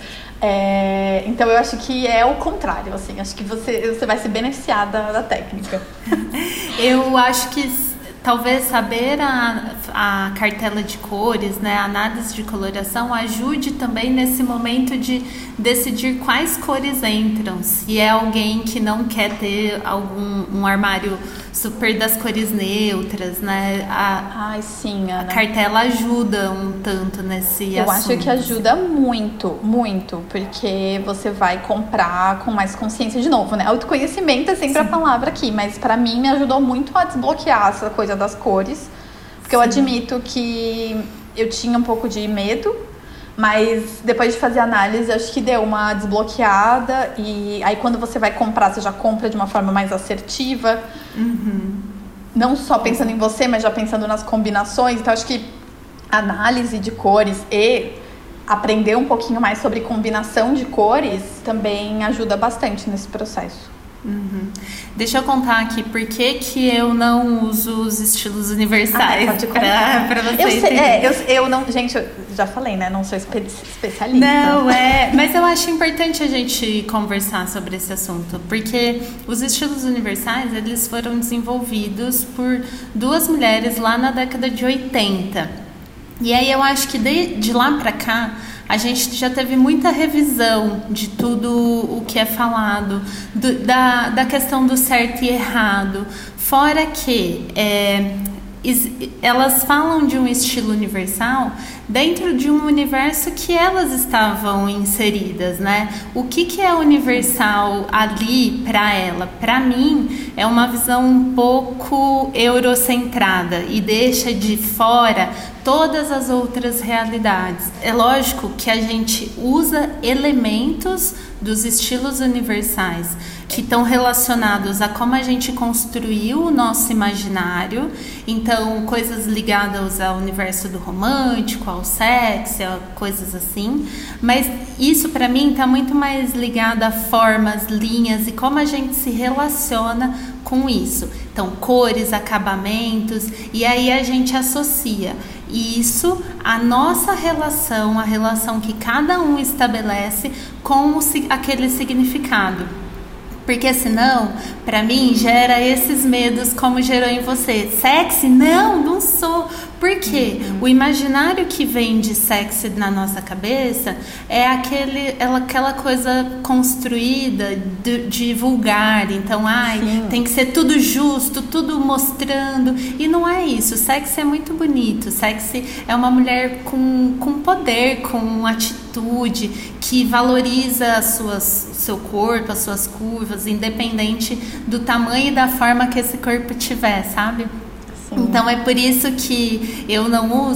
É, então eu acho que é o contrário, assim. Acho que você, você vai se beneficiar da, da técnica. Eu acho que talvez saber a, a cartela de cores, né, a análise de coloração ajude também nesse momento de decidir quais cores entram. Se é alguém que não quer ter algum um armário super das cores neutras, né? A, Ai, sim, Ana. A cartela ajuda um tanto nesse Eu assunto. acho que ajuda muito, muito, porque você vai comprar com mais consciência de novo, né? Autoconhecimento é sempre sim. a palavra aqui, mas pra mim me ajudou muito a desbloquear essa coisa das cores, porque sim. eu admito que eu tinha um pouco de medo, mas depois de fazer análise, acho que deu uma desbloqueada. E aí quando você vai comprar, você já compra de uma forma mais assertiva. Uhum. Não só pensando em você, mas já pensando nas combinações. Então acho que análise de cores e aprender um pouquinho mais sobre combinação de cores também ajuda bastante nesse processo. Uhum. Deixa eu contar aqui por que que eu não uso os estilos universais. Ah, pode contar. pra, pra eu vocês sei, é, eu, eu não, gente, eu já falei, né? Não sou espe- especialista. Não, é, mas eu acho importante a gente conversar sobre esse assunto, porque os estilos universais, eles foram desenvolvidos por duas mulheres lá na década de oitenta. E aí eu acho que de, de lá pra cá a gente já teve muita revisão de tudo o que é falado, do, da, da questão do certo e errado. Fora que é, elas falam de um estilo universal dentro de um universo que elas estavam inseridas, né? O que, que é universal ali para ela? Para mim, é uma visão um pouco eurocentrada e deixa de fora todas as outras realidades. É lógico que a gente usa elementos dos estilos universais que estão relacionados a como a gente construiu o nosso imaginário. Então, coisas ligadas ao universo do romântico, ao sexo, a coisas assim. Mas isso, para mim, está muito mais ligado a formas, linhas e como a gente se relaciona com isso. Então, cores, acabamentos, e aí a gente associa isso à nossa relação, a relação que cada um estabelece com o, aquele significado. Porque senão, pra mim, gera esses medos como gerou em você. Sexy? Não, não sou. Por quê? Uhum. O imaginário que vem de sexy na nossa cabeça é aquele, aquela coisa construída de, de vulgar. Então, ai, Sim. tem que ser tudo justo, tudo mostrando. E não é isso. Sexy é muito bonito. Sexy é uma mulher com, com poder, com atitude, que valoriza as suas, seu corpo, as suas curvas, independente do tamanho e da forma que esse corpo tiver, sabe? Sim. Então é por isso que eu não uso,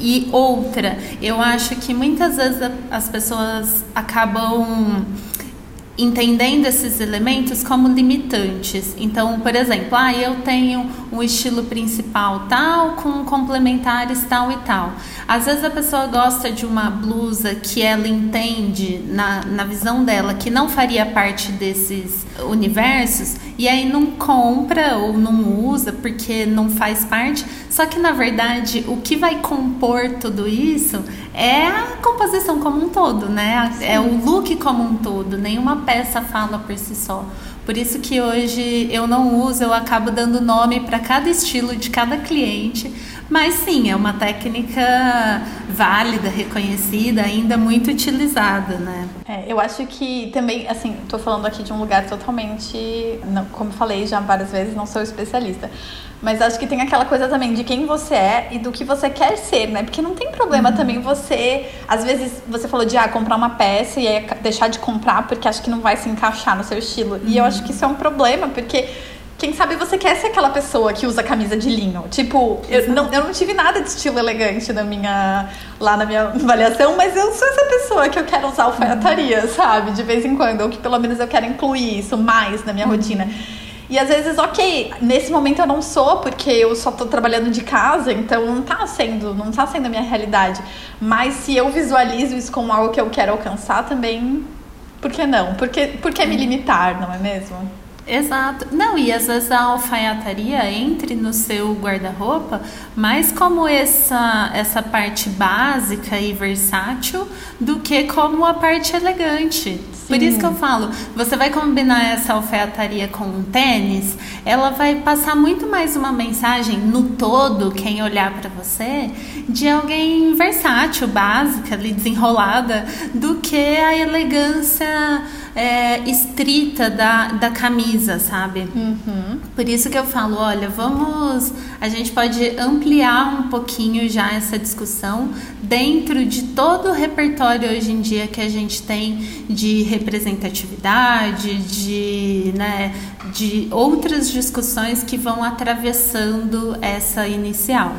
E outra, eu acho que muitas vezes as pessoas acabam entendendo esses elementos como limitantes. Então, por exemplo, ah, eu tenho um estilo principal tal, com complementares tal e tal. Às vezes a pessoa gosta de uma blusa que ela entende, na, na visão dela, que não faria parte desses universos, e aí não compra ou não usa porque não faz parte. Só que, na verdade, o que vai compor tudo isso é a composição como um todo, né? Sim. É o look como um todo. Nenhuma peça fala por si só. Por isso que hoje eu não uso, eu acabo dando nome para cada estilo de cada cliente. Mas sim, é uma técnica válida, reconhecida, ainda muito utilizada, né? É, eu acho que também, assim, tô falando aqui de um lugar totalmente, não, como eu falei já várias vezes, não sou especialista. Mas acho que tem aquela coisa também de quem você é e do que você quer ser, né? Porque não tem problema uhum. também você... Às vezes você falou de ah, comprar uma peça e aí deixar de comprar porque acho que não vai se encaixar no seu estilo. Uhum. E eu acho que isso é um problema, porque... Quem sabe você quer ser aquela pessoa que usa camisa de linho. Tipo, eu não, eu não tive nada de estilo elegante na minha, lá na minha avaliação, mas eu sou essa pessoa que eu quero usar alfaiataria, uhum. sabe? De vez em quando. Ou que pelo menos eu quero incluir isso mais na minha uhum. rotina. E às vezes, ok, nesse momento eu não sou, porque eu só tô trabalhando de casa, então não tá sendo, não tá sendo a minha realidade. Mas se eu visualizo isso como algo que eu quero alcançar também, por que não? Por que, por que me limitar, não é mesmo? Exato. Não, e às vezes a alfaiataria entre no seu guarda-roupa, mais como essa, essa parte básica e versátil do que como a parte elegante. Sim. Por isso que eu falo, você vai combinar essa alfaiataria com um tênis, ela vai passar muito mais uma mensagem no todo, quem olhar para você, de alguém versátil, básica, ali, desenrolada, do que a elegância é, estrita da, da camisa, sabe? Uhum. Por isso que eu falo, olha, vamos... A gente pode ampliar um pouquinho já essa discussão dentro de todo o repertório hoje em dia que a gente tem de representatividade, de, né, de outras discussões que vão atravessando essa inicial.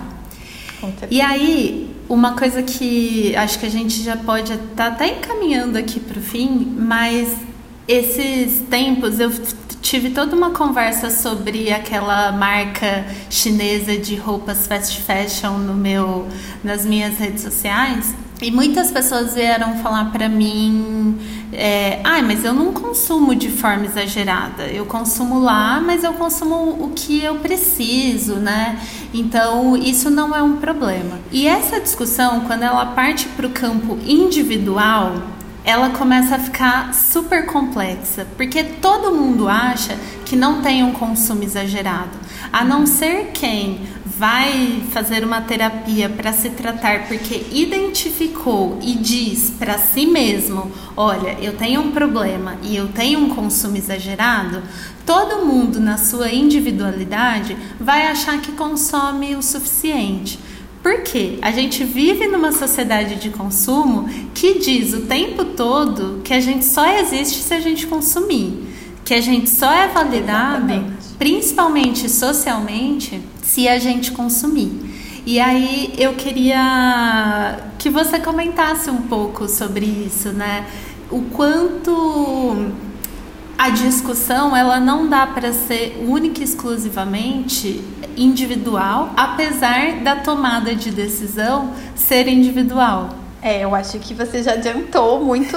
E aí, uma coisa que acho que a gente já pode estar até encaminhando aqui para o fim, mas esses tempos eu tive toda uma conversa sobre aquela marca chinesa de roupas fast fashion no meu, nas minhas redes sociais. E muitas pessoas vieram falar pra mim, é, ah, mas eu não consumo de forma exagerada, eu consumo lá, mas eu consumo o que eu preciso, né? Então, isso não é um problema. E essa discussão, quando ela parte pro campo individual, ela começa a ficar super complexa, porque todo mundo acha que não tem um consumo exagerado, a não ser quem vai fazer uma terapia para se tratar porque identificou e diz para si mesmo, olha, eu tenho um problema e eu tenho um consumo exagerado. Todo mundo na sua individualidade vai achar que consome o suficiente. Por quê? A gente vive numa sociedade de consumo que diz o tempo todo que a gente só existe se a gente consumir, que a gente só é validado, exatamente, principalmente socialmente, se a gente consumir. E aí eu queria que você comentasse um pouco sobre isso, né? O quanto a discussão ela não dá para ser única e exclusivamente individual, apesar da tomada de decisão ser individual. É, eu acho que você já adiantou muitos,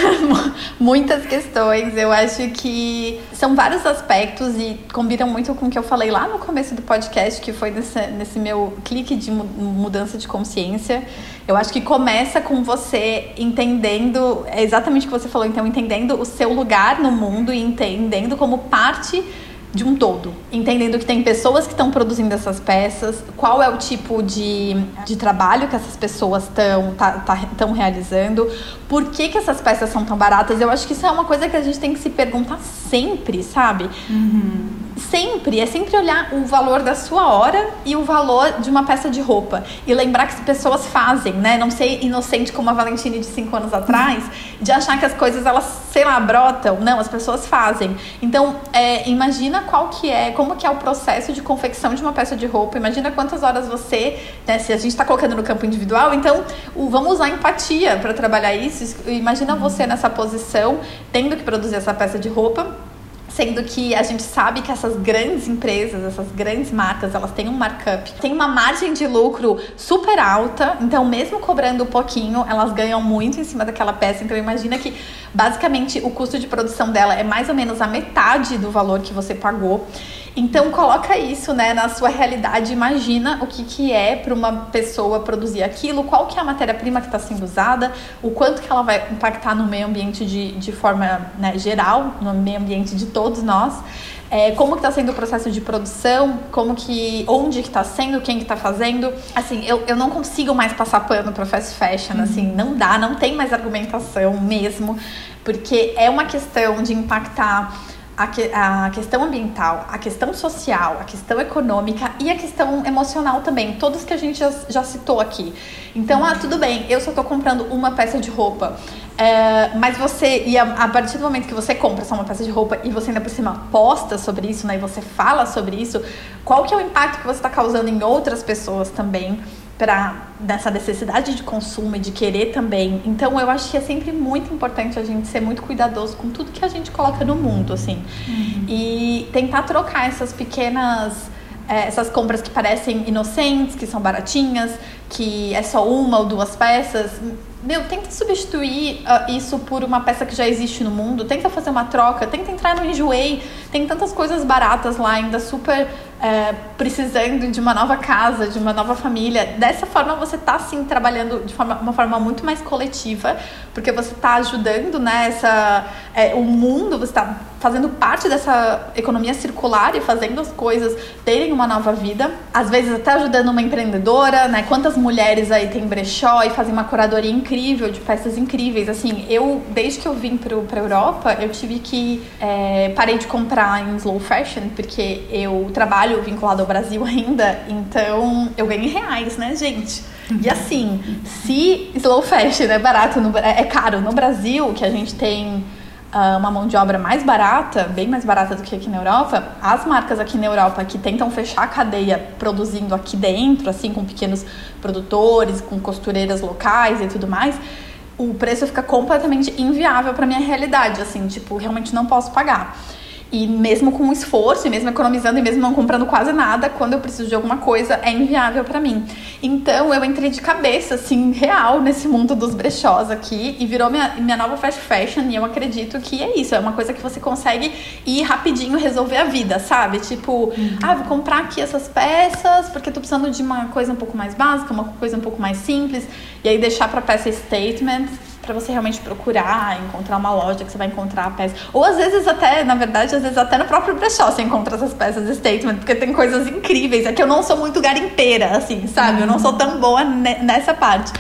muitas questões. Eu acho que são vários aspectos e combinam muito com o que eu falei lá no começo do podcast, que foi nesse, nesse meu clique de mudança de consciência. Eu acho que começa com você entendendo, é exatamente o que você falou, então, entendendo o seu lugar no mundo e entendendo como parte de um todo, entendendo que tem pessoas que estão produzindo essas peças, qual é o tipo de, de trabalho que essas pessoas estão tá, tá, tão realizando, por que que essas peças são tão baratas. Eu acho que isso é uma coisa que a gente tem que se perguntar sempre, sabe? Uhum. sempre, é sempre olhar o valor da sua hora e o valor de uma peça de roupa. E lembrar que as pessoas fazem, né? Não ser inocente como a Valentine de cinco anos atrás, de achar que as coisas, elas, sei lá, brotam. Não, as pessoas fazem. Então, é, imagina qual que é, como que é o processo de confecção de uma peça de roupa. Imagina quantas horas você, né, se a gente está colocando no campo individual, então o, vamos usar empatia para trabalhar isso. Imagina você nessa posição, tendo que produzir essa peça de roupa, sendo que a gente sabe que essas grandes empresas, essas grandes marcas, elas têm um markup, tem uma margem de lucro super alta, então mesmo cobrando um pouquinho, elas ganham muito em cima daquela peça. Então imagina que basicamente o custo de produção dela é mais ou menos a metade do valor que você pagou. Então coloca isso, né, na sua realidade, imagina o que, que é para uma pessoa produzir aquilo, qual que é a matéria-prima que está sendo usada, o quanto que ela vai impactar no meio ambiente de, de forma, né, geral, no meio ambiente de todos nós, é, como que está sendo o processo de produção, como que, onde que está sendo, quem que está fazendo. Assim, eu, eu não consigo mais passar pano para fast fashion, uhum. assim, não dá, não tem mais argumentação mesmo, porque é uma questão de impactar A, que, a questão ambiental, a questão social, a questão econômica e a questão emocional também, todos que a gente já, já citou aqui. Então, ah, tudo bem, eu só tô comprando uma peça de roupa, é, mas você, e a, a partir do momento que você compra só uma peça de roupa e você ainda por cima posta sobre isso, né, e você fala sobre isso, qual que é o impacto que você está causando em outras pessoas também, para dessa necessidade de consumo e de querer também. Então eu acho que é sempre muito importante a gente ser muito cuidadoso com tudo que a gente coloca no mundo, assim. Uhum. E tentar trocar essas pequenas, é, essas compras que parecem inocentes, que são baratinhas, que é só uma ou duas peças. Meu, tenta substituir uh, isso por uma peça que já existe no mundo, tenta fazer uma troca, tenta entrar no Enjoei, tem tantas coisas baratas lá ainda, super é, precisando de uma nova casa, de uma nova família. Dessa forma você está sim trabalhando de forma, uma forma muito mais coletiva, porque você está ajudando, né, essa, é, o mundo, você está fazendo parte dessa economia circular e fazendo as coisas terem uma nova vida, às vezes até ajudando uma empreendedora, né? Quantas mulheres aí tem brechó e fazem uma curadoria incrível, de peças incríveis. Assim, eu, desde que eu vim para a Europa, eu tive que, é, parei de comprar em slow fashion, porque eu trabalho vinculado ao Brasil ainda, então eu ganho em reais, né, gente? E assim, se slow fashion é barato, no, é caro no Brasil, que a gente tem uh, uma mão de obra mais barata, bem mais barata do que aqui na Europa, as marcas aqui na Europa que tentam fechar a cadeia produzindo aqui dentro, assim, com pequenos produtores, com costureiras locais e tudo mais, o preço fica completamente inviável para minha realidade, assim, tipo, realmente não posso pagar. E mesmo com esforço, e mesmo economizando, e mesmo não comprando quase nada, quando eu preciso de alguma coisa, é inviável pra mim. Então, eu entrei de cabeça, assim, real, nesse mundo dos brechós aqui, e virou minha, minha nova fast fashion, e eu acredito que é isso, é uma coisa que você consegue ir rapidinho resolver a vida, sabe? Tipo, uhum. ah, vou comprar aqui essas peças, porque tô precisando de uma coisa um pouco mais básica, uma coisa um pouco mais simples, e aí deixar pra peça statement, para você realmente procurar, encontrar uma loja que você vai encontrar a peça. Ou às vezes até, na verdade, às vezes até no próprio brechó você encontra essas peças de statement, porque tem coisas incríveis. É que eu não sou muito garimpeira, assim, sabe? Uhum. Eu não sou tão boa nessa parte.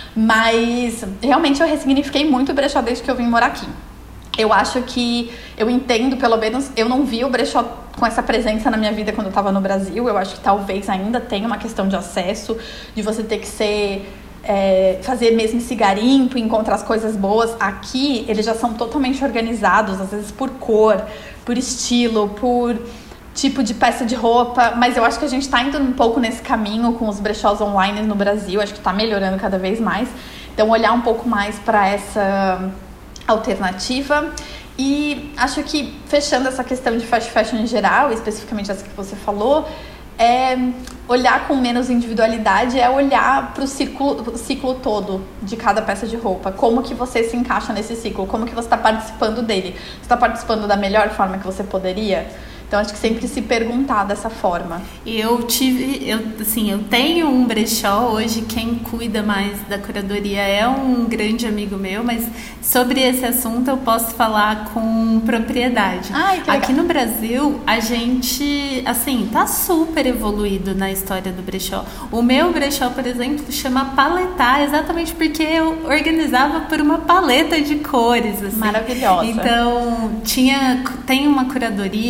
Mas realmente eu ressignifiquei muito o brechó desde que eu vim morar aqui. Eu acho que, eu entendo, pelo menos, eu não vi o brechó com essa presença na minha vida quando eu estava no Brasil. Eu acho que talvez ainda tenha uma questão de acesso, de você ter que ser... É, fazer mesmo esse garimpo, encontrar as coisas boas. Aqui eles já são totalmente organizados, às vezes por cor, por estilo, por tipo de peça de roupa, mas eu acho que a gente tá indo um pouco nesse caminho com os brechós online no Brasil, acho que tá melhorando cada vez mais, então olhar um pouco mais para essa alternativa. E acho que, fechando essa questão de fast fashion em geral, especificamente essa que você falou, é olhar com menos individualidade, é olhar para o ciclo, ciclo todo de cada peça de roupa. Como que você se encaixa nesse ciclo? Como que você está participando dele? Você está participando da melhor forma que você poderia? Então, acho que sempre se perguntar dessa forma. Eu tive, eu, assim, eu tenho um brechó hoje, quem cuida mais da curadoria é um grande amigo meu, mas sobre esse assunto eu posso falar com propriedade. Ai, que legal. Aqui no Brasil, a gente, assim, tá super evoluído na história do brechó. O meu brechó, por exemplo, chama Paletar, exatamente porque eu organizava por uma paleta de cores, assim. Maravilhosa. Então, tinha, tem uma curadoria.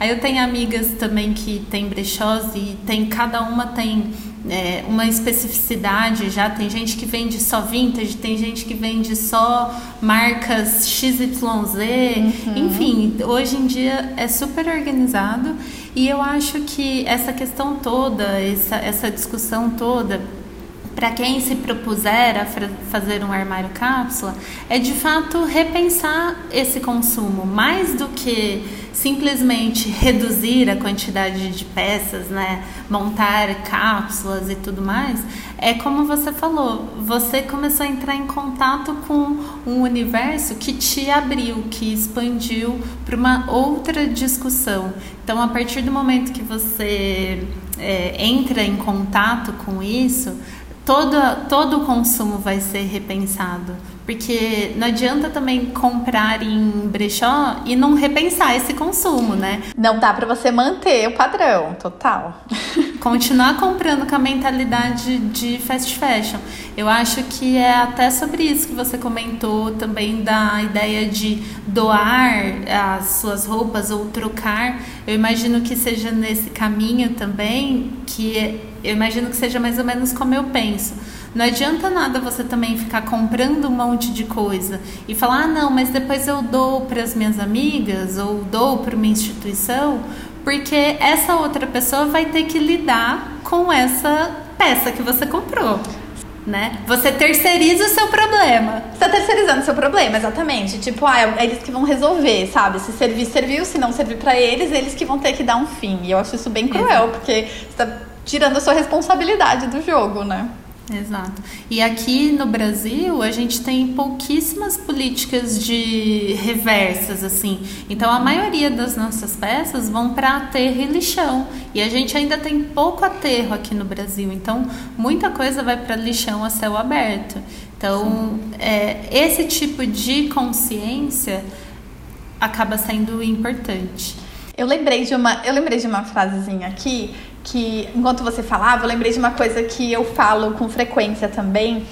Aí eu tenho amigas também que tem brechós e tem, cada uma tem é, uma especificidade já. Tem gente que vende só vintage, tem gente que vende só marcas X Y Z. Uhum. Enfim, hoje em dia é super organizado e eu acho que essa questão toda, essa, essa discussão toda, para quem se propuser a fazer um armário cápsula, é de fato repensar esse consumo, mais do que simplesmente reduzir a quantidade de peças, né? Montar cápsulas e tudo mais. É como você falou, você começou a entrar em contato com um universo que te abriu, que expandiu para uma outra discussão. Então, a partir do momento que você é, entra em contato com isso, Todo, todo o consumo vai ser repensado, porque não adianta também comprar em brechó e não repensar esse consumo, né? Não dá pra você manter o padrão, total. Continuar comprando com a mentalidade de fast fashion. Eu acho que é até sobre isso que você comentou também, da ideia de doar as suas roupas ou trocar. Eu imagino que seja nesse caminho também, que eu imagino que seja mais ou menos como eu penso. Não adianta nada você também ficar comprando um monte de coisa e falar, ah, não, mas depois eu dou para as minhas amigas ou dou para uma instituição, porque essa outra pessoa vai ter que lidar com essa peça que você comprou, né? Você terceiriza o seu problema. Você tá terceirizando o seu problema, exatamente. Tipo, ah, é eles que vão resolver, sabe? Se servir, serviu. Se não servir pra eles, eles que vão ter que dar um fim. E eu acho isso bem cruel, Exato. Porque você tá tirando a sua responsabilidade do jogo, né? Exato. E aqui no Brasil a gente tem pouquíssimas políticas de reversas, assim. Então a maioria das nossas peças vão para aterro e lixão. E a gente ainda tem pouco aterro aqui no Brasil. Então muita coisa vai para lixão a céu aberto. Então é, esse tipo de consciência acaba sendo importante. Eu lembrei de uma, eu lembrei de uma frasezinha aqui, que enquanto você falava, eu lembrei de uma coisa que eu falo com frequência também,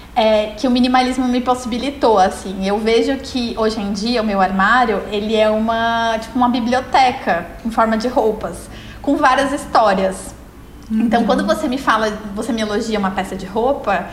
é, que o minimalismo me possibilitou, assim. Eu vejo que hoje em dia o meu armário, ele é uma, tipo, uma biblioteca em forma de roupas, com várias histórias. Uhum. Então, quando você me fala, você me elogia uma peça de roupa,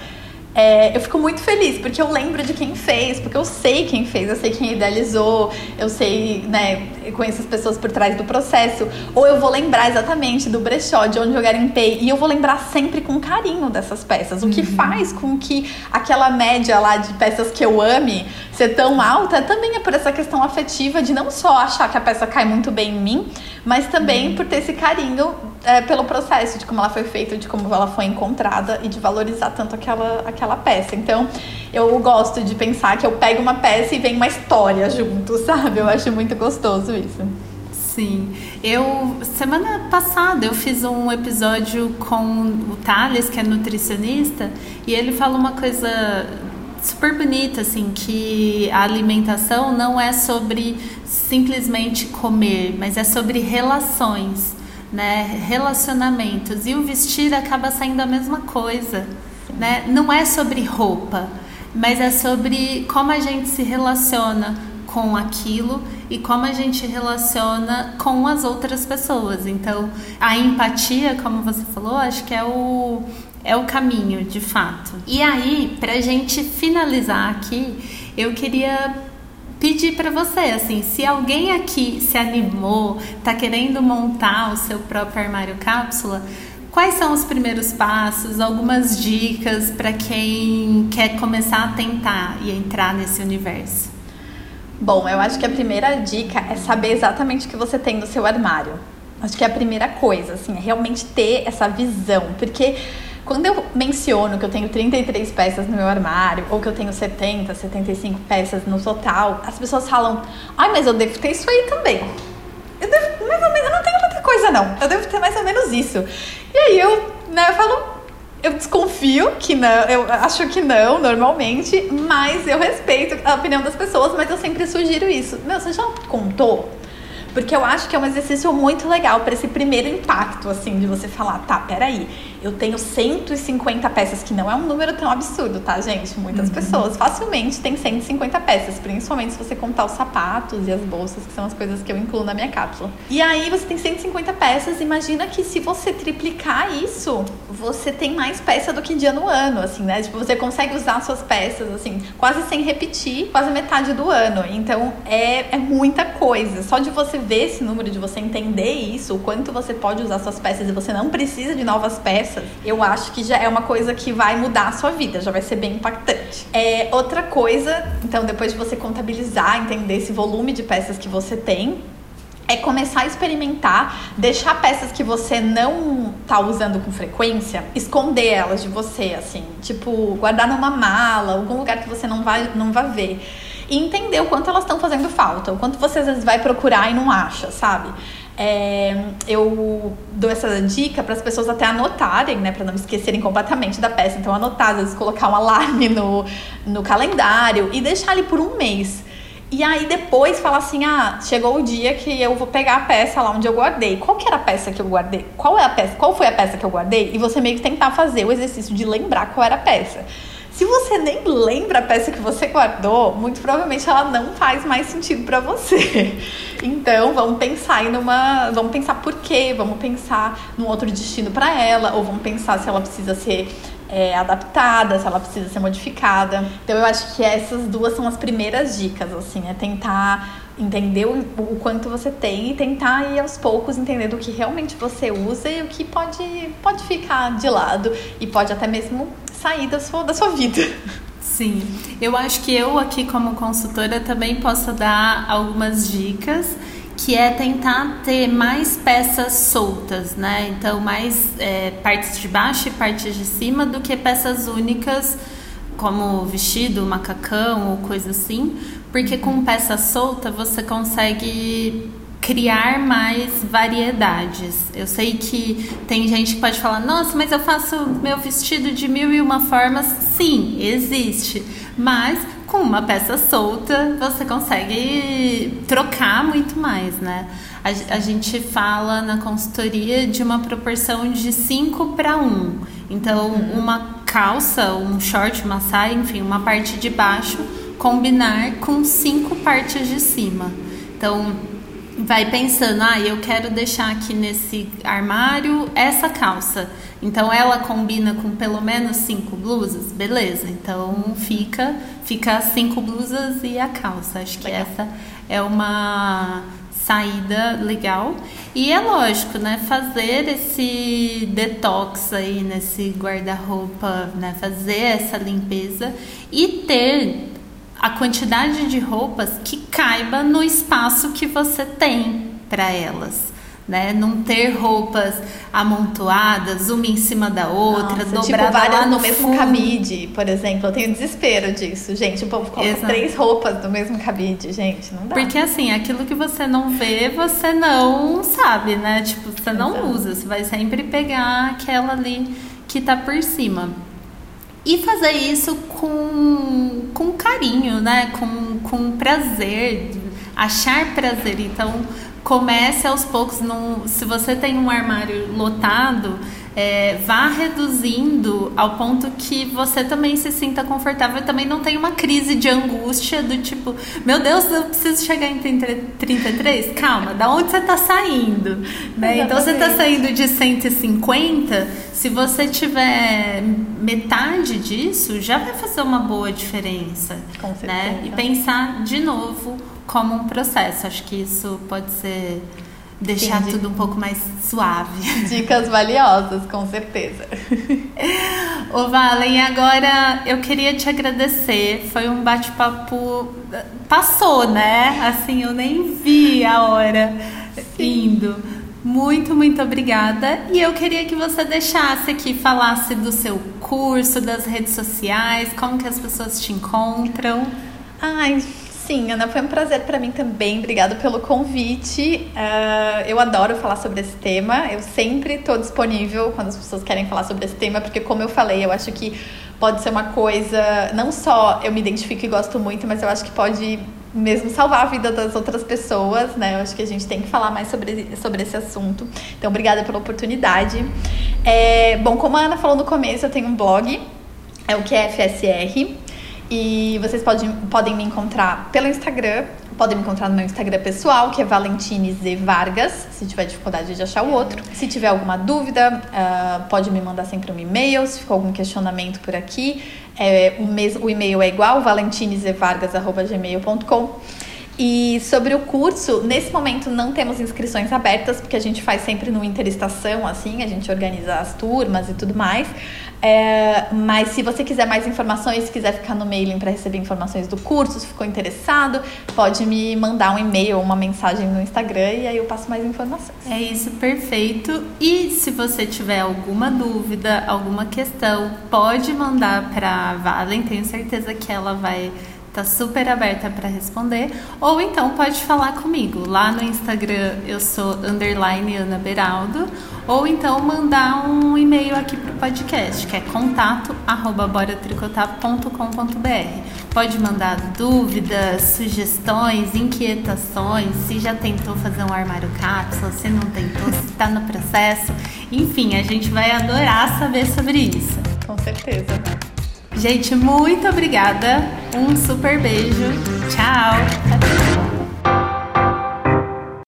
É, eu fico muito feliz, porque eu lembro de quem fez, porque eu sei quem fez, eu sei quem idealizou, eu sei, né, eu conheço as pessoas por trás do processo, ou eu vou lembrar exatamente do brechó, de onde eu garimpei, e eu vou lembrar sempre com carinho dessas peças, o que uhum. faz com que aquela média lá de peças que eu ame ser tão alta, também é por essa questão afetiva de não só achar que a peça cai muito bem em mim, mas também uhum. por ter esse carinho é, pelo processo, de como ela foi feita, de como ela foi encontrada e de valorizar tanto aquela, aquela peça. Então, eu gosto de pensar que eu pego uma peça e vem uma história junto, sabe? Eu acho muito gostoso isso. Sim. Eu, semana passada, eu fiz um episódio com o Thales, que é nutricionista, e ele fala uma coisa super bonita, assim, que a alimentação não é sobre simplesmente comer, mas é sobre relações, né? Relacionamentos. E o vestir acaba saindo a mesma coisa, né? Não é sobre roupa, mas é sobre como a gente se relaciona com aquilo e como a gente relaciona com as outras pessoas. Então, a empatia, como você falou, acho que é o, é o caminho, de fato. E aí, pra gente finalizar aqui, eu queria pedir para você, assim, se alguém aqui se animou, tá querendo montar o seu próprio armário cápsula, quais são os primeiros passos, algumas dicas para quem quer começar a tentar e entrar nesse universo? Bom, eu acho que a primeira dica é saber exatamente o que você tem no seu armário. Acho que é a primeira coisa, assim, é realmente ter essa visão, porque quando eu menciono que eu tenho trinta e três peças no meu armário, ou que eu tenho setenta, setenta e cinco peças no total, as pessoas falam, ai, mas eu devo ter isso aí também. Eu devo, mais ou menos, eu não tenho muita coisa não, eu devo ter mais ou menos isso. E aí eu, né, eu falo, eu desconfio que não, eu acho que não, normalmente, mas eu respeito a opinião das pessoas, mas eu sempre sugiro isso. Meu, você já contou? Porque eu acho que é um exercício muito legal para esse primeiro impacto, assim, de você falar, tá, peraí, eu tenho cento e cinquenta peças, que não é um número tão absurdo, tá, gente? Muitas uhum. pessoas facilmente têm cento e cinquenta peças, principalmente se você contar os sapatos e as bolsas, que são as coisas que eu incluo na minha cápsula. E aí você tem cento e cinquenta peças, imagina que se você triplicar isso, você tem mais peça do que dia no ano, assim, né? Tipo, você consegue usar suas peças, assim, quase sem repetir, quase metade do ano. Então, é, é muita coisa. Só de você ver esse número, de você entender isso, o quanto você pode usar suas peças e você não precisa de novas peças, eu acho que já é uma coisa que vai mudar a sua vida, já vai ser bem impactante. É, outra coisa, então, depois de você contabilizar, entender esse volume de peças que você tem, é começar a experimentar, deixar peças que você não tá usando com frequência, esconder elas de você, assim, tipo, guardar numa mala, algum lugar que você não vai, não vai ver. E entender o quanto elas estão fazendo falta, o quanto você às vezes vai procurar e não acha, sabe? É, eu dou essa dica para as pessoas até anotarem, né, para não esquecerem completamente da peça. Então, anotar, às vezes colocar um alarme no, no calendário e deixar ali por um mês. E aí depois falar assim, ah, chegou o dia que eu vou pegar a peça lá onde eu guardei. Qual que era a peça que eu guardei? Qual é a peça? Qual foi a peça que eu guardei? E você meio que tentar fazer o exercício de lembrar qual era a peça. Se você nem lembra a peça que você guardou, muito provavelmente ela não faz mais sentido pra você. Então, vamos pensar aí numa... Vamos pensar por quê, vamos pensar num outro destino pra ela, ou vamos pensar se ela precisa ser... É, adaptada, se ela precisa ser modificada. Então eu acho que essas duas são as primeiras dicas, assim, é tentar entender o, o quanto você tem e tentar ir aos poucos entender do que realmente você usa e o que pode, pode ficar de lado e pode até mesmo sair da sua, da sua vida. Sim, eu acho que eu aqui como consultora também posso dar algumas dicas, que é tentar ter mais peças soltas, né? Então, mais é, partes de baixo e partes de cima do que peças únicas, como vestido, macacão ou coisa assim. Porque com peça solta você consegue criar mais variedades. Eu sei que tem gente que pode falar, nossa, mas eu faço meu vestido de mil e uma formas. Sim, existe. Mas com uma peça solta você consegue trocar muito mais, né? A, a gente fala na consultoria de uma proporção de cinco para um. Então, uhum. uma calça, um short, uma saia, enfim, uma parte de baixo combinar com cinco partes de cima. Então, vai pensando, ah, eu quero deixar aqui nesse armário essa calça. Então, ela combina com pelo menos cinco blusas? Beleza, então fica, fica cinco blusas e a calça. Acho que legal. Essa é uma saída legal. E é lógico, né, fazer esse detox aí nesse guarda-roupa, né, fazer essa limpeza e ter a quantidade de roupas que caiba no espaço que você tem para elas, né? Não ter roupas amontoadas, uma em cima da outra, Nossa, dobrada tipo, várias lá no, no mesmo fundo. cabide, por exemplo. Eu tenho desespero disso, gente. O povo coloca Exato. três roupas no mesmo cabide, gente, não dá. Porque assim, aquilo que você não vê, você não sabe, né? Tipo, você não Exato. usa, você vai sempre pegar aquela ali que tá por cima. E fazer isso com, com carinho, né? Com, com prazer, achar prazer. Então, comece aos poucos. Num, se você tem um armário lotado, é, vá reduzindo ao ponto que você também se sinta confortável e também não tenha uma crise de angústia do tipo, meu Deus, eu preciso chegar em trinta e três? Calma, da onde você está saindo? Né? Então, você está saindo de cento e cinquenta, se você tiver metade disso, já vai fazer uma boa diferença. Com certeza. Né? E pensar de novo como um processo. Acho que isso pode ser... deixar Sim, tudo um pouco mais suave. Dicas valiosas, com certeza. Ô Valen, agora eu queria te agradecer. Foi um bate-papo... Passou, né? Assim, eu nem vi a hora Sim. indo. Muito, muito obrigada. E eu queria que você deixasse aqui, falasse do seu curso, das redes sociais, como que as pessoas te encontram. Ai, sim, Ana, foi um prazer para mim também. Obrigada pelo convite. Uh, eu adoro falar sobre esse tema. Eu sempre estou disponível quando as pessoas querem falar sobre esse tema, porque, como eu falei, eu acho que pode ser uma coisa... Não só eu me identifico e gosto muito, mas eu acho que pode mesmo salvar a vida das outras pessoas, né? Eu acho que a gente tem que falar mais sobre, sobre esse assunto. Então, obrigada pela oportunidade. É, bom, como a Ana falou no começo, eu tenho um blog, é o Q F S R, e vocês podem, podem me encontrar pelo Instagram, podem me encontrar no meu Instagram pessoal, que é Valentine Z Vargas, se tiver dificuldade de achar o outro. Se tiver alguma dúvida, uh, pode me mandar sempre um e-mail, se ficou algum questionamento por aqui. É, o, mesmo, o e-mail é igual, valentinezevargas arroba gmail ponto com. E sobre o curso, nesse momento não temos inscrições abertas, porque a gente faz sempre no interestação, assim, a gente organiza as turmas e tudo mais. É, mas se você quiser mais informações, se quiser ficar no mailing para receber informações do curso, se ficou interessado, pode me mandar um e-mail ou uma mensagem no Instagram e aí eu passo mais informações. É isso, perfeito. E se você tiver alguma dúvida, alguma questão, pode mandar para a Valen, tenho certeza que ela vai tá super aberta para responder, ou então pode falar comigo lá no Instagram, eu sou underline Ana Beraldo, ou então mandar um e-mail aqui pro podcast, que é contato arroba bora tricotar ponto com ponto br. Pode mandar dúvidas, sugestões, inquietações, se já tentou fazer um armário cápsula, se não tentou, se está no processo, enfim, a gente vai adorar saber sobre isso. Com certeza. Gente, muito obrigada. Um super beijo. Tchau.